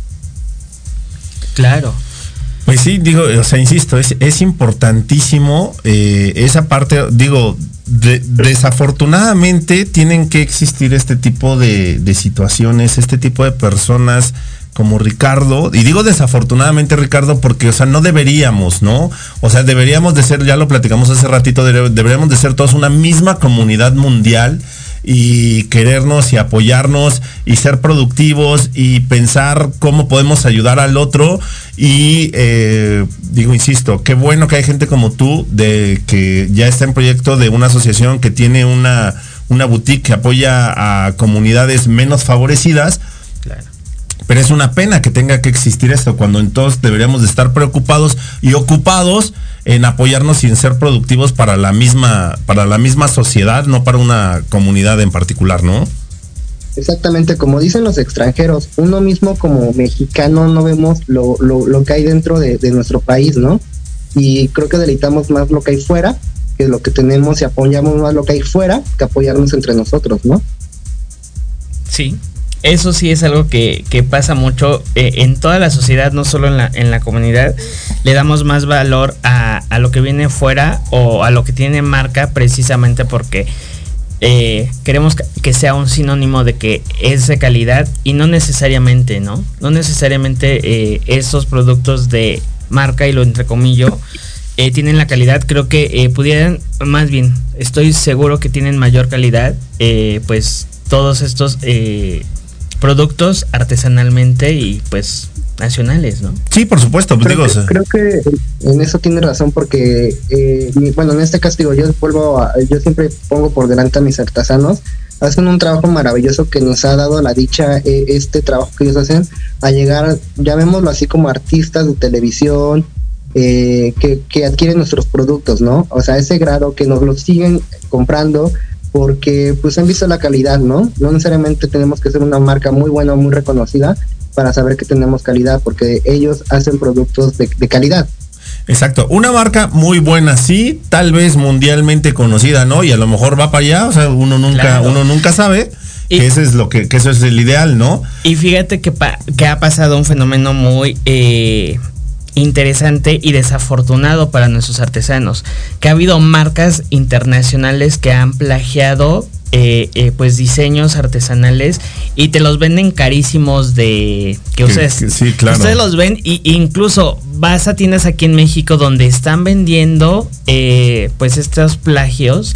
Claro.
Pues sí, digo, o sea, insisto, es, es importantísimo eh, esa parte, digo, de, desafortunadamente tienen que existir este tipo de, de situaciones, este tipo de personas como Ricardo, y digo desafortunadamente, Ricardo, porque, o sea, no deberíamos, ¿no? O sea, deberíamos de ser, ya lo platicamos hace ratito, deberíamos de ser todos una misma comunidad mundial y querernos y apoyarnos y ser productivos y pensar cómo podemos ayudar al otro y eh, digo, insisto, qué bueno que hay gente como tú de que ya está en proyecto de una asociación que tiene una, una boutique que apoya a comunidades menos favorecidas.
Claro.
Pero es una pena que tenga que existir esto cuando entonces deberíamos de estar preocupados y ocupados en apoyarnos y en ser productivos para la misma, para la misma sociedad, no para una comunidad en particular, ¿no?
Exactamente, como dicen los extranjeros, uno mismo como mexicano no vemos lo, lo, lo que hay dentro de, de nuestro país, ¿no? Y creo que deleitamos más lo que hay fuera que lo que tenemos y apoyamos más lo que hay fuera que apoyarnos entre nosotros, ¿no?
Sí. Eso sí es algo que, que pasa mucho eh, en toda la sociedad, no solo en la, en la comunidad. Le damos más valor a, a lo que viene fuera o a lo que tiene marca, precisamente porque eh, queremos que sea un sinónimo de que es de calidad y no necesariamente, ¿no? No necesariamente eh, esos productos de marca, y lo entrecomillo, eh, tienen la calidad. Creo que eh, pudieran, más bien, estoy seguro que tienen mayor calidad, eh, pues todos estos... Eh, productos artesanalmente y pues nacionales, ¿no?
Sí, por supuesto. Pues,
creo,
digo,
que,
o sea.
creo que en eso tiene razón porque, eh, mi, bueno, en este caso digo, yo vuelvo a, yo siempre pongo por delante a mis artesanos. Hacen un trabajo maravilloso que nos ha dado la dicha, eh, este trabajo que ellos hacen, a llegar, llamémoslo así, como artistas de televisión, eh, que, que adquieren nuestros productos, ¿no? O sea, ese grado que nos los siguen comprando porque pues han visto la calidad, ¿no? No necesariamente tenemos que ser una marca muy buena o muy reconocida para saber que tenemos calidad, porque ellos hacen productos de, de calidad.
Exacto, una marca muy buena, sí, tal vez mundialmente conocida, ¿no? Y a lo mejor va para allá, o sea, uno nunca, claro. uno nunca sabe y, que ese es lo que, que eso es el ideal, ¿no?
Y fíjate que, pa, que ha pasado un fenómeno muy eh, interesante y desafortunado para nuestros artesanos, que ha habido marcas internacionales que han plagiado eh, eh, pues diseños artesanales y te los venden carísimos de que ustedes,
que, que sí, claro.
ustedes los ven y incluso vas a tiendas aquí en México donde están vendiendo eh, pues estos plagios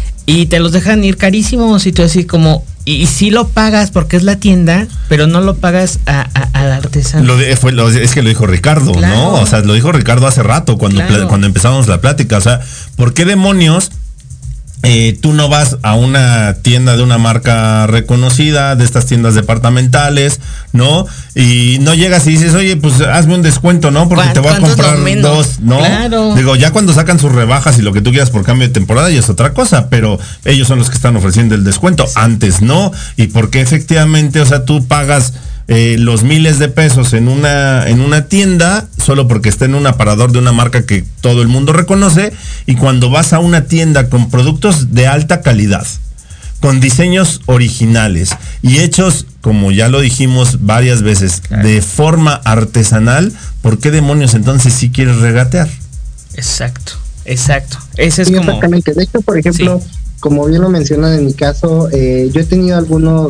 y te los dejan ir carísimos y tú así como y, y sí lo pagas porque es la tienda, pero no lo pagas a, a, al artesano.
Lo de, fue, lo, es que lo dijo Ricardo, claro. ¿no? O sea, lo dijo Ricardo hace rato cuando, claro. cuando empezamos la plática. O sea, ¿por qué demonios eh, tú no vas a una tienda de una marca reconocida, de estas tiendas departamentales, ¿no? Y no llegas y dices, oye, pues hazme un descuento, ¿no? Porque te voy a comprar dos, ¿no?
Claro.
Digo, ya cuando sacan sus rebajas y lo que tú quieras por cambio de temporada ya es otra cosa, pero ellos son los que están ofreciendo el descuento. Sí. Antes no. Y porque efectivamente, o sea, tú pagas eh, los miles de pesos en una, en una tienda solo porque está en un aparador de una marca que todo el mundo reconoce, y cuando vas a una tienda con productos de alta calidad, con diseños originales y hechos, como ya lo dijimos varias veces, claro. de forma artesanal, ¿por qué demonios entonces sí quieres regatear?
Exacto, exacto. Ese es
sí,
como...
Exactamente. De hecho, por ejemplo, sí. como bien lo mencionan en mi caso, eh, yo he tenido algunos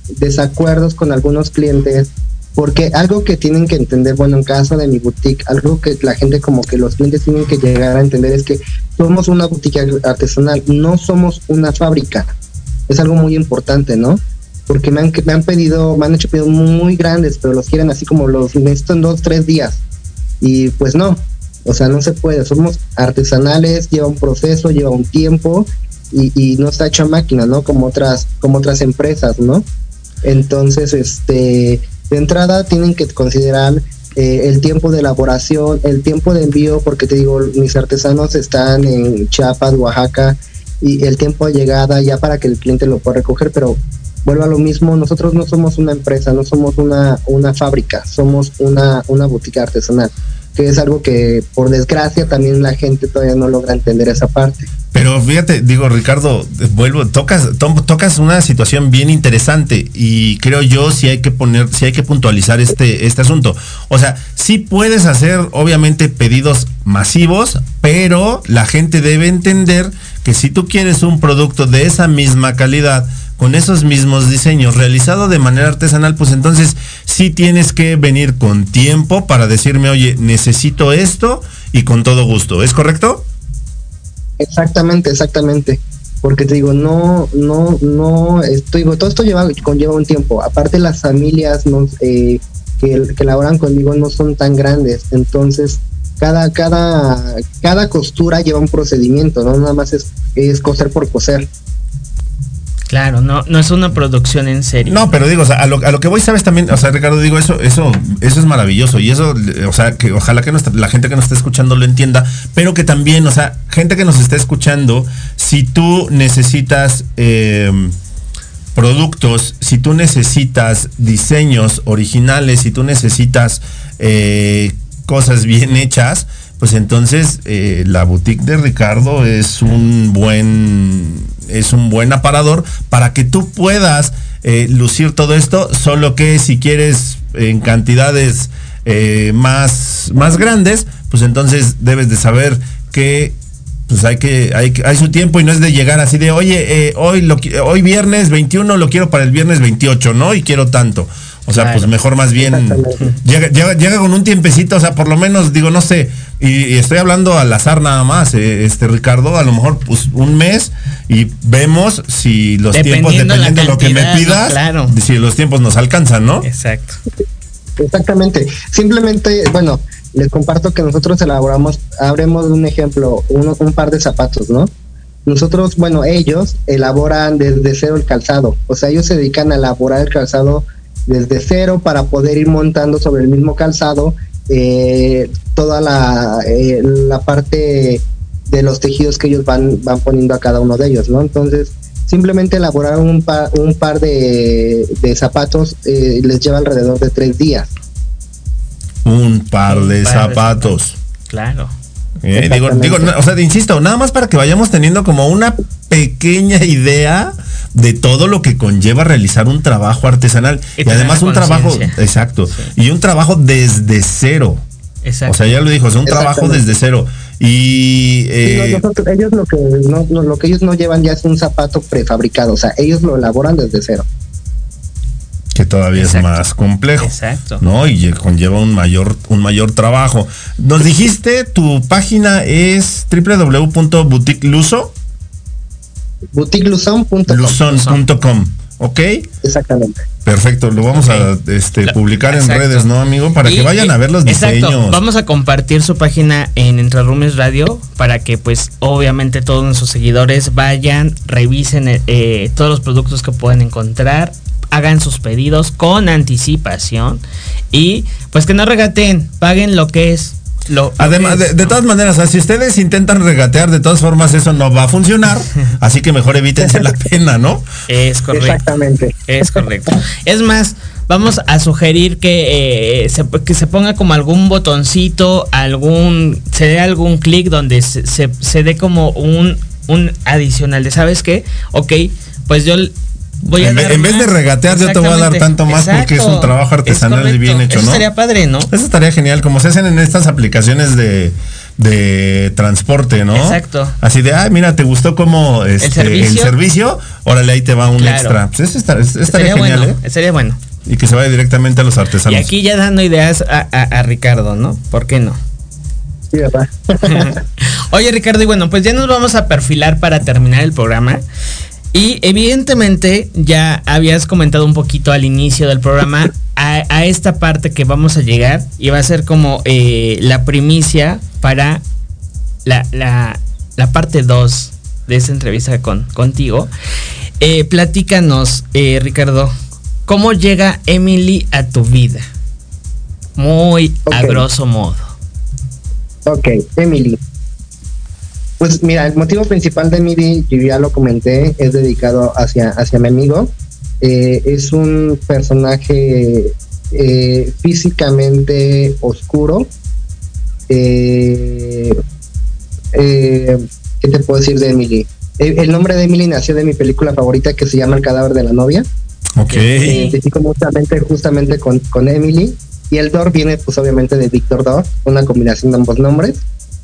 desacuerdos con algunos clientes, porque algo que tienen que entender, bueno, en caso de mi boutique, algo que la gente como que los clientes tienen que llegar a entender es que somos una boutique artesanal, no somos una fábrica. Es algo muy importante, ¿no? Porque me han, me han pedido, me han hecho pedidos muy grandes, pero los quieren así como los necesito en dos, tres días. Y pues no, o sea, no se puede. Somos artesanales, lleva un proceso, lleva un tiempo y, y no está hecho a máquina, ¿no? Como otras, como otras empresas, ¿no? Entonces, este... de entrada tienen que considerar eh, el tiempo de elaboración, el tiempo de envío, porque te digo, mis artesanos están en Chiapas, Oaxaca, y el tiempo de llegada ya para que el cliente lo pueda recoger, pero vuelvo a lo mismo, nosotros no somos una empresa, no somos una, una fábrica, somos una, una boutique artesanal, que es algo que por desgracia también la gente todavía no logra entender esa parte.
Pero fíjate, digo, Ricardo, vuelvo, tocas, to, tocas una situación bien interesante y creo yo sí hay que poner, sí hay que puntualizar este, este asunto. O sea, sí puedes hacer obviamente pedidos masivos, pero la gente debe entender que si tú quieres un producto de esa misma calidad, con esos mismos diseños, realizado de manera artesanal, pues entonces sí tienes que venir con tiempo para decirme, oye, necesito esto y con todo gusto. ¿Es correcto?
Exactamente, exactamente. Porque te digo, no, no, no, esto, digo, todo esto lleva, conlleva un tiempo. Aparte las familias no, eh, que, que laboran conmigo no son tan grandes, entonces cada, cada, cada costura lleva un procedimiento, no nada más es, es coser por coser.
Claro, no, no es una producción en serie.
No, pero digo, o sea, a lo, a lo que voy, sabes también, o sea, Ricardo, digo, eso, eso, eso es maravilloso. Y eso, o sea, que ojalá que nos, la gente que nos esté escuchando lo entienda, pero que también, o sea, gente que nos esté escuchando, si tú necesitas eh, productos, si tú necesitas diseños originales, si tú necesitas eh, cosas bien hechas, pues entonces eh, la boutique de Ricardo es un buen es un buen aparador para que tú puedas eh, lucir todo esto, solo que si quieres en cantidades eh, más, más grandes, pues entonces debes de saber que pues hay que hay, hay su tiempo y no es de llegar así de, oye, eh, hoy lo hoy viernes veintiuno lo quiero para el viernes veintiocho, ¿no? Y quiero tanto. O sea, claro, pues mejor más bien llega, llega, llega con un tiempecito, o sea, por lo menos, digo, no sé, y, y estoy hablando al azar nada más, eh, este Ricardo, a lo mejor pues un mes y vemos si los
dependiendo
tiempos, dependiendo de lo que me pidas,
no, claro,
si los tiempos nos alcanzan, ¿no?
Exacto.
Exactamente. Simplemente, bueno, les comparto que nosotros elaboramos, hablemos de un ejemplo, uno, un par de zapatos, ¿no? Nosotros, bueno, ellos elaboran desde cero el calzado, o sea, ellos se dedican a elaborar el calzado desde cero para poder ir montando sobre el mismo calzado eh, toda la, eh, la parte de los tejidos que ellos van, van poniendo a cada uno de ellos, ¿no? Entonces, simplemente elaborar un par, un par de, de zapatos eh, les lleva alrededor de tres días.
Un par
Un
de
par
zapatos.
De zapatos. Claro.
Eh, digo, digo, no, o sea, insisto, nada más para que vayamos teniendo como una pequeña idea de todo lo que conlleva realizar un trabajo artesanal y, y además un trabajo, exacto, sí. Y un trabajo desde cero. Exacto. O sea, ya lo dijo, es un trabajo desde cero. Y eh,
sí, nosotros, ellos lo que no, no, lo que ellos no llevan ya es un zapato prefabricado, o sea, ellos lo elaboran desde cero.
Que todavía Exacto. es más complejo.
Exacto.
¿No? Y conlleva un mayor, un mayor trabajo. Nos dijiste, tu página es doble u doble u doble u punto boutique luso.
boutique luzon punto com.
luzon punto com. ¿Ok?
Exactamente.
Perfecto, lo vamos okay. a este, publicar exacto. en redes, ¿no, amigo? Para y, que vayan a ver los exacto. diseños.
Vamos a compartir su página en Entre Roomies Radio para que, pues, obviamente todos nuestros seguidores vayan, revisen eh, todos los productos que pueden encontrar, hagan sus pedidos con anticipación y, pues, que no regateen, paguen lo que es. Lo,
Además,
es,
de, de
¿no?
todas maneras, o sea, si ustedes intentan regatear, de todas formas eso no va a funcionar, así que mejor evítense la pena, ¿no?
Es correcto.
Exactamente.
Es correcto. Es más, vamos a sugerir que, eh, se, que se ponga como algún botoncito, algún, se dé algún clic donde se, se, se dé como un, un adicional de, ¿sabes qué? Ok, pues yo... Voy a
en, en vez de regatear, yo te voy a dar tanto más. Exacto, porque es un trabajo artesanal y bien hecho, ¿no?
Eso estaría padre, ¿no?
Eso estaría genial, como se hacen en estas aplicaciones de de transporte, ¿no?
Exacto.
Así de, ay, mira, ¿te gustó como este, el
servicio?
servicio? Órale, ahí te va un
Claro.
extra. Pues eso está, es- estaría
Estaría
genial,
bueno,
¿eh?
sería bueno.
Y que se vaya directamente a los
Y
artesanos.
aquí ya dando ideas a, a- a Ricardo, ¿no? ¿Por qué no?
Sí, ¿verdad?
Oye, Ricardo, y bueno, pues ya nos vamos a perfilar para terminar el programa. Y evidentemente ya habías comentado un poquito al inicio del programa a, a esta parte que vamos a llegar y va a ser como eh, la primicia para la, la, la parte dos de esta entrevista con, contigo. Eh, platícanos, eh, Ricardo, ¿cómo llega Emily a tu vida? Muy a
Ok.
grosso modo.
Ok, Emily. Pues mira, el motivo principal de Emily, yo ya lo comenté, es dedicado hacia, hacia mi amigo. Eh, es un personaje eh, físicamente oscuro. Eh, eh, ¿Qué te puedo decir de Emily? El, el nombre de Emily nació de mi película favorita que se llama El cadáver de la novia.
Ok.
Me identifico justamente, justamente con, con Emily. Y el Dor viene, pues obviamente, de Víctor Dor, una combinación de ambos nombres.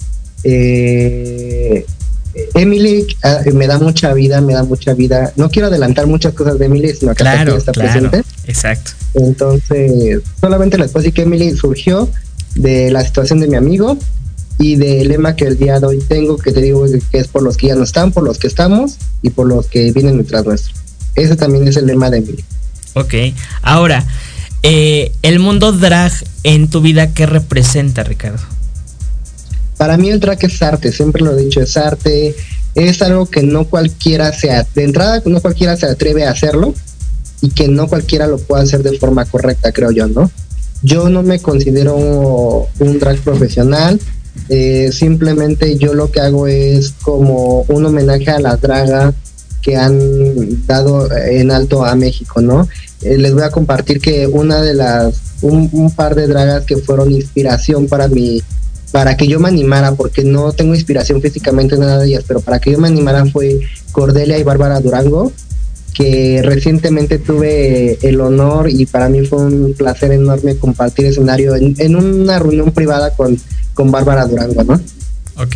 Eh, Emily ah, me da mucha vida, me da mucha vida. No quiero adelantar muchas cosas de Emily, sino que hasta
Claro,
aquí está
claro.
presente.
Exacto.
Entonces, solamente les puedo decir que Emily surgió de la situación de mi amigo y del lema que el día de hoy tengo, que te digo que es por los que ya no están, por los que estamos y por los que vienen detrás nuestro. Ese también es el lema de Emily.
Ok. Ahora, eh, el mundo drag en tu vida, ¿qué representa, Ricardo?
Para mí el drag es arte, siempre lo he dicho, es arte, es algo que no cualquiera se, a- de entrada no cualquiera se atreve a hacerlo y que no cualquiera lo puede hacer de forma correcta, creo yo, ¿no? Yo no me considero un drag profesional, eh, simplemente yo lo que hago es como un homenaje a las dragas que han dado en alto a México, ¿no? Eh, les voy a compartir que una de las, un, un par de dragas que fueron inspiración para mi, para que yo me animara, porque no tengo inspiración físicamente en nada de ellas, pero para que yo me animara fue Cordelia y Bárbara Durango, que recientemente tuve el honor y para mí fue un placer enorme compartir escenario en, en una reunión privada con, con Bárbara Durango, ¿no?
Ok.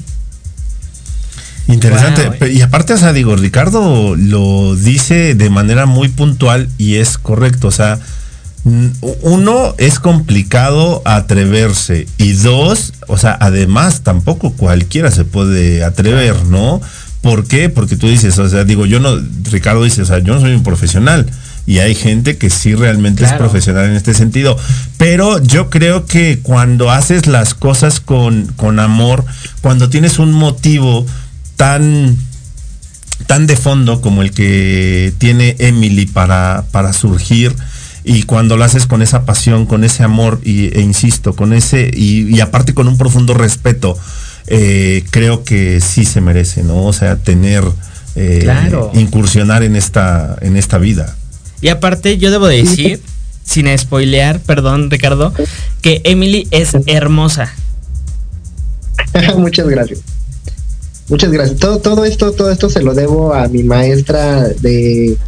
Interesante.
Wow,
Pe- y aparte, o sea, digo, Ricardo lo dice de manera muy puntual y es correcto. O sea, mm, uno, es complicado atreverse. Y dos, o sea, además, tampoco cualquiera se puede atrever, ¿no? ¿Por qué? Porque tú dices, o sea, digo, yo no, Ricardo dice, o sea, yo no soy un profesional. Y hay gente que sí realmente
Claro.
es profesional en este sentido. Pero yo creo que cuando haces las cosas con, con amor, cuando tienes un motivo tan, tan de fondo como el que tiene Emily para, para surgir, y cuando lo haces con esa pasión, con ese amor, y, e insisto, con ese, y, y aparte con un profundo respeto, eh, creo que sí se merece, ¿no? O sea, tener, eh,
Claro.
incursionar en esta, en esta vida.
Y aparte, yo debo de decir, sin spoilear, perdón, Ricardo, que Emily es hermosa.
Muchas gracias. Muchas gracias. Todo, todo esto, todo esto se lo debo a mi maestra de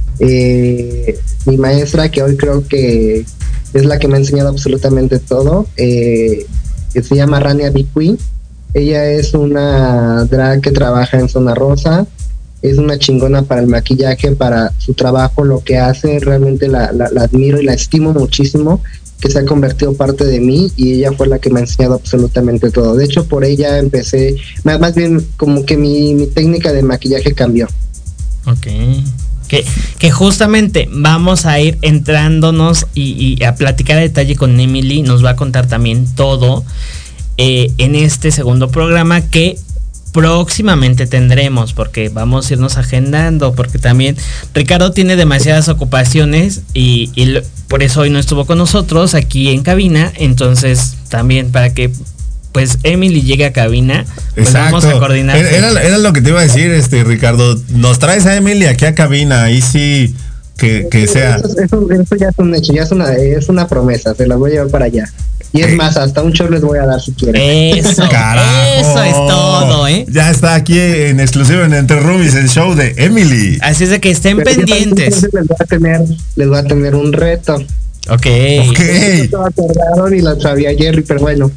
eh, mi maestra que hoy creo que es la que me ha enseñado absolutamente todo. Eh, que se llama Rania Bicui. Ella es una drag que trabaja en Zona Rosa. Es una chingona para el maquillaje, para su trabajo, lo que hace. Realmente la, la, la admiro y la estimo muchísimo, que se ha convertido parte de mí y ella fue la que me ha enseñado absolutamente todo. De hecho, por ella empecé, más, más bien como que mi, mi técnica de maquillaje cambió.
Ok. Que, que justamente vamos a ir entrándonos y, y a platicar a detalle con Emily. Nos va a contar también todo eh, en este segundo programa que próximamente tendremos, porque vamos a irnos agendando, porque también Ricardo tiene demasiadas ocupaciones y, y lo- por eso hoy no estuvo con nosotros aquí en cabina. Entonces también para que pues Emily llegue a cabina, pues vamos a coordinar.
Era, era- era lo que te iba a decir, este Ricardo. Nos traes a Emily aquí a cabina, ahí sí que, que sea.
Eso, eso, eso ya es un hecho, ya es una, es una promesa, se las voy a llevar para allá. Y es
Eh.
más, hasta un show les voy a dar si quieren.
Eso,
¡Carajo!
eso es todo, ¿eh?
Ya está aquí en exclusivo en Entre Roomies, el show de Emily.
Así es de que estén
Pero yo
pendientes.
también Les voy a tener, les voy a tener un reto.
Ok.
Ok.
No estaba acordado ni lo sabía Jerry, pero bueno.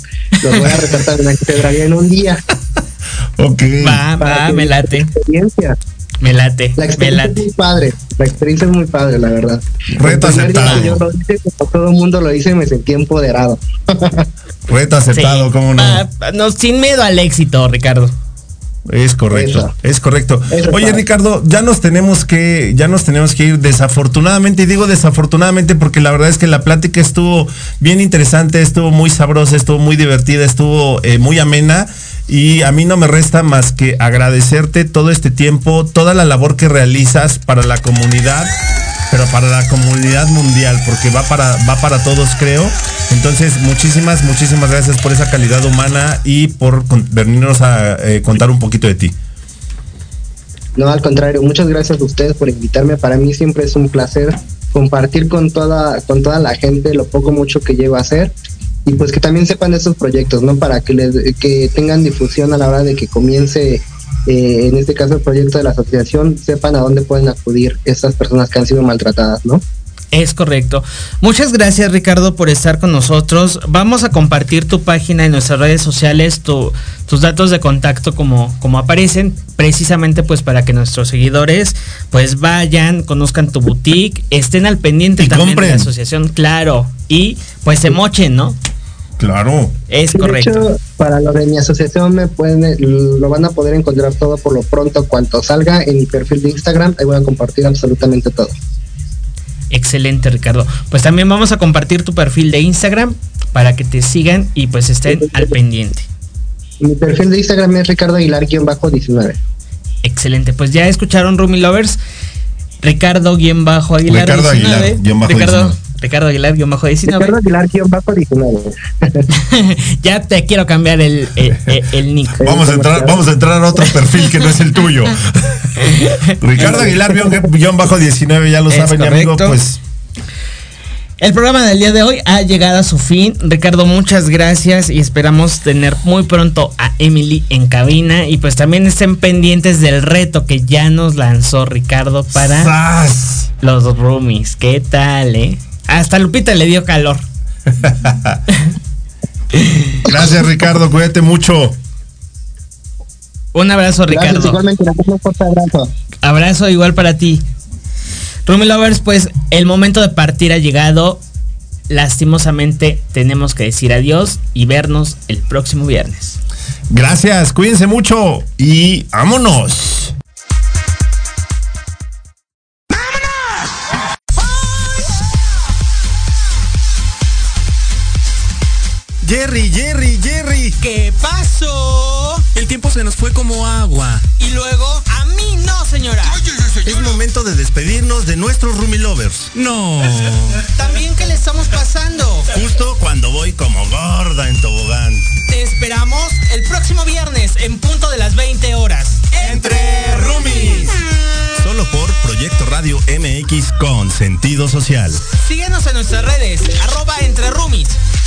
Los voy a retar también a Catedral en un día.
Ok.
Va,
para
va,
que
me
vean
late.
la experiencia.
Me late,
La
me
experiencia es
late.
muy padre. La experiencia es muy padre, la verdad.
Reto
El primer día
aceptado.
que Yo lo hice, como todo el mundo lo hice, me sentí empoderado.
Reto aceptado,
Sí.
¿cómo no?
Va, va, no, sin miedo al éxito, Ricardo.
Es correcto,
Eso.
es correcto.
Eso
Oye,
está.
Ricardo, ya nos tenemos que, ya nos tenemos que ir desafortunadamente, y digo desafortunadamente porque la verdad es que la plática estuvo bien interesante, estuvo muy sabrosa, estuvo muy divertida, estuvo eh, muy amena, y a mí no me resta más que agradecerte todo este tiempo, toda la labor que realizas para la comunidad, pero para la comunidad mundial, porque va para, va para todos, creo. Entonces, muchísimas, muchísimas gracias por esa calidad humana y por con- venirnos a eh, contar un poquito de ti.
No, al contrario, muchas gracias a ustedes por invitarme. Para mí siempre es un placer compartir con toda, con toda la gente lo poco mucho que llego a hacer, y pues que también sepan de estos proyectos, ¿no? Para que les, que tengan difusión a la hora de que comience, eh, en este caso el proyecto de la asociación, sepan a dónde pueden acudir estas personas que han sido maltratadas, ¿no?
Es correcto. Muchas gracias, Ricardo, por estar con nosotros. Vamos a compartir tu página en nuestras redes sociales, tu, tus datos de contacto como, como aparecen, precisamente pues para que nuestros seguidores pues vayan, conozcan tu boutique, estén al pendiente
Y
también
compren.
de la asociación, claro, y pues se mochen, ¿no?
Claro.
Es
De
correcto.
hecho, para lo de mi asociación me pueden, lo van a poder encontrar todo por lo pronto cuanto salga en mi perfil de Instagram. Ahí voy a compartir absolutamente todo.
Excelente, Ricardo. Pues también vamos a compartir tu perfil de Instagram para que te sigan y pues estén al pendiente.
Mi perfil de Instagram es Ricardo Aguilar diecinueve.
Excelente, pues ya escucharon Roomie Lovers. Ricardo guión bajo Aguilar
Ricardo Aguilar,
diecinueve.
guión bajo
Ricardo,
diecinueve.
Ricardo Aguilar guión bajo diecinueve.
Ricardo Aguilar diecinueve.
Ya te quiero cambiar el, el, el- el nick.
Vamos a entrar, vamos a entrar a otro perfil que no es el tuyo. Ricardo Aguilar, guión, guión bajo diecinueve, ya lo
Es
saben, mi amigo,
correcto.
pues
El programa del día de hoy ha llegado a su fin. Ricardo, muchas gracias y esperamos tener muy pronto a Emily en cabina. Y pues también estén pendientes del reto que ya nos lanzó Ricardo para
¡zas!
los roomies. ¿Qué tal, eh? Hasta Lupita le dio calor.
Gracias, Ricardo, cuídate mucho.
Un abrazo,
Gracias,
Ricardo.
igualmente, un fuerte abrazo.
Abrazo igual para ti. Roomie Lovers, pues el momento de partir ha llegado. Lastimosamente tenemos que decir adiós y vernos el próximo viernes.
Gracias, cuídense mucho y vámonos. Jerry, Jerry, Jerry.
¿Qué pasó? El tiempo se nos fue como agua.
Y luego, a mí no, señora.
Es momento de despedirnos de nuestros Roomie Lovers.
No.
También, ¿qué le estamos pasando?
Justo cuando voy como gorda en tobogán.
Te esperamos el próximo viernes en punto de las veinte horas.
Entre Roomies. Solo por Proyecto Radio M X con sentido social.
Síguenos en nuestras redes, arroba entre roomies.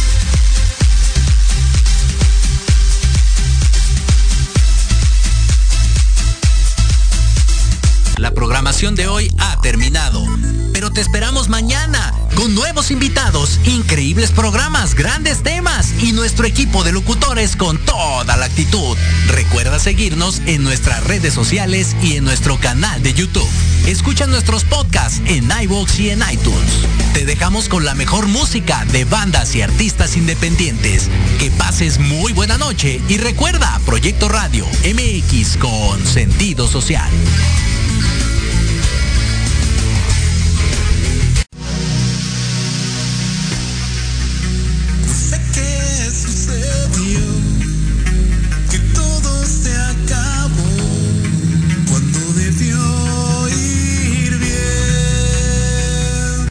La programación de hoy ha terminado, pero te esperamos mañana con nuevos invitados, increíbles programas, grandes temas y nuestro equipo de locutores con toda la actitud. Recuerda seguirnos en nuestras redes sociales y en nuestro canal de YouTube. Escucha nuestros podcasts en iVoox y en iTunes. Te dejamos con la mejor música de bandas y artistas independientes. Que pases muy buena noche y recuerda Proyecto Radio M X con sentido social.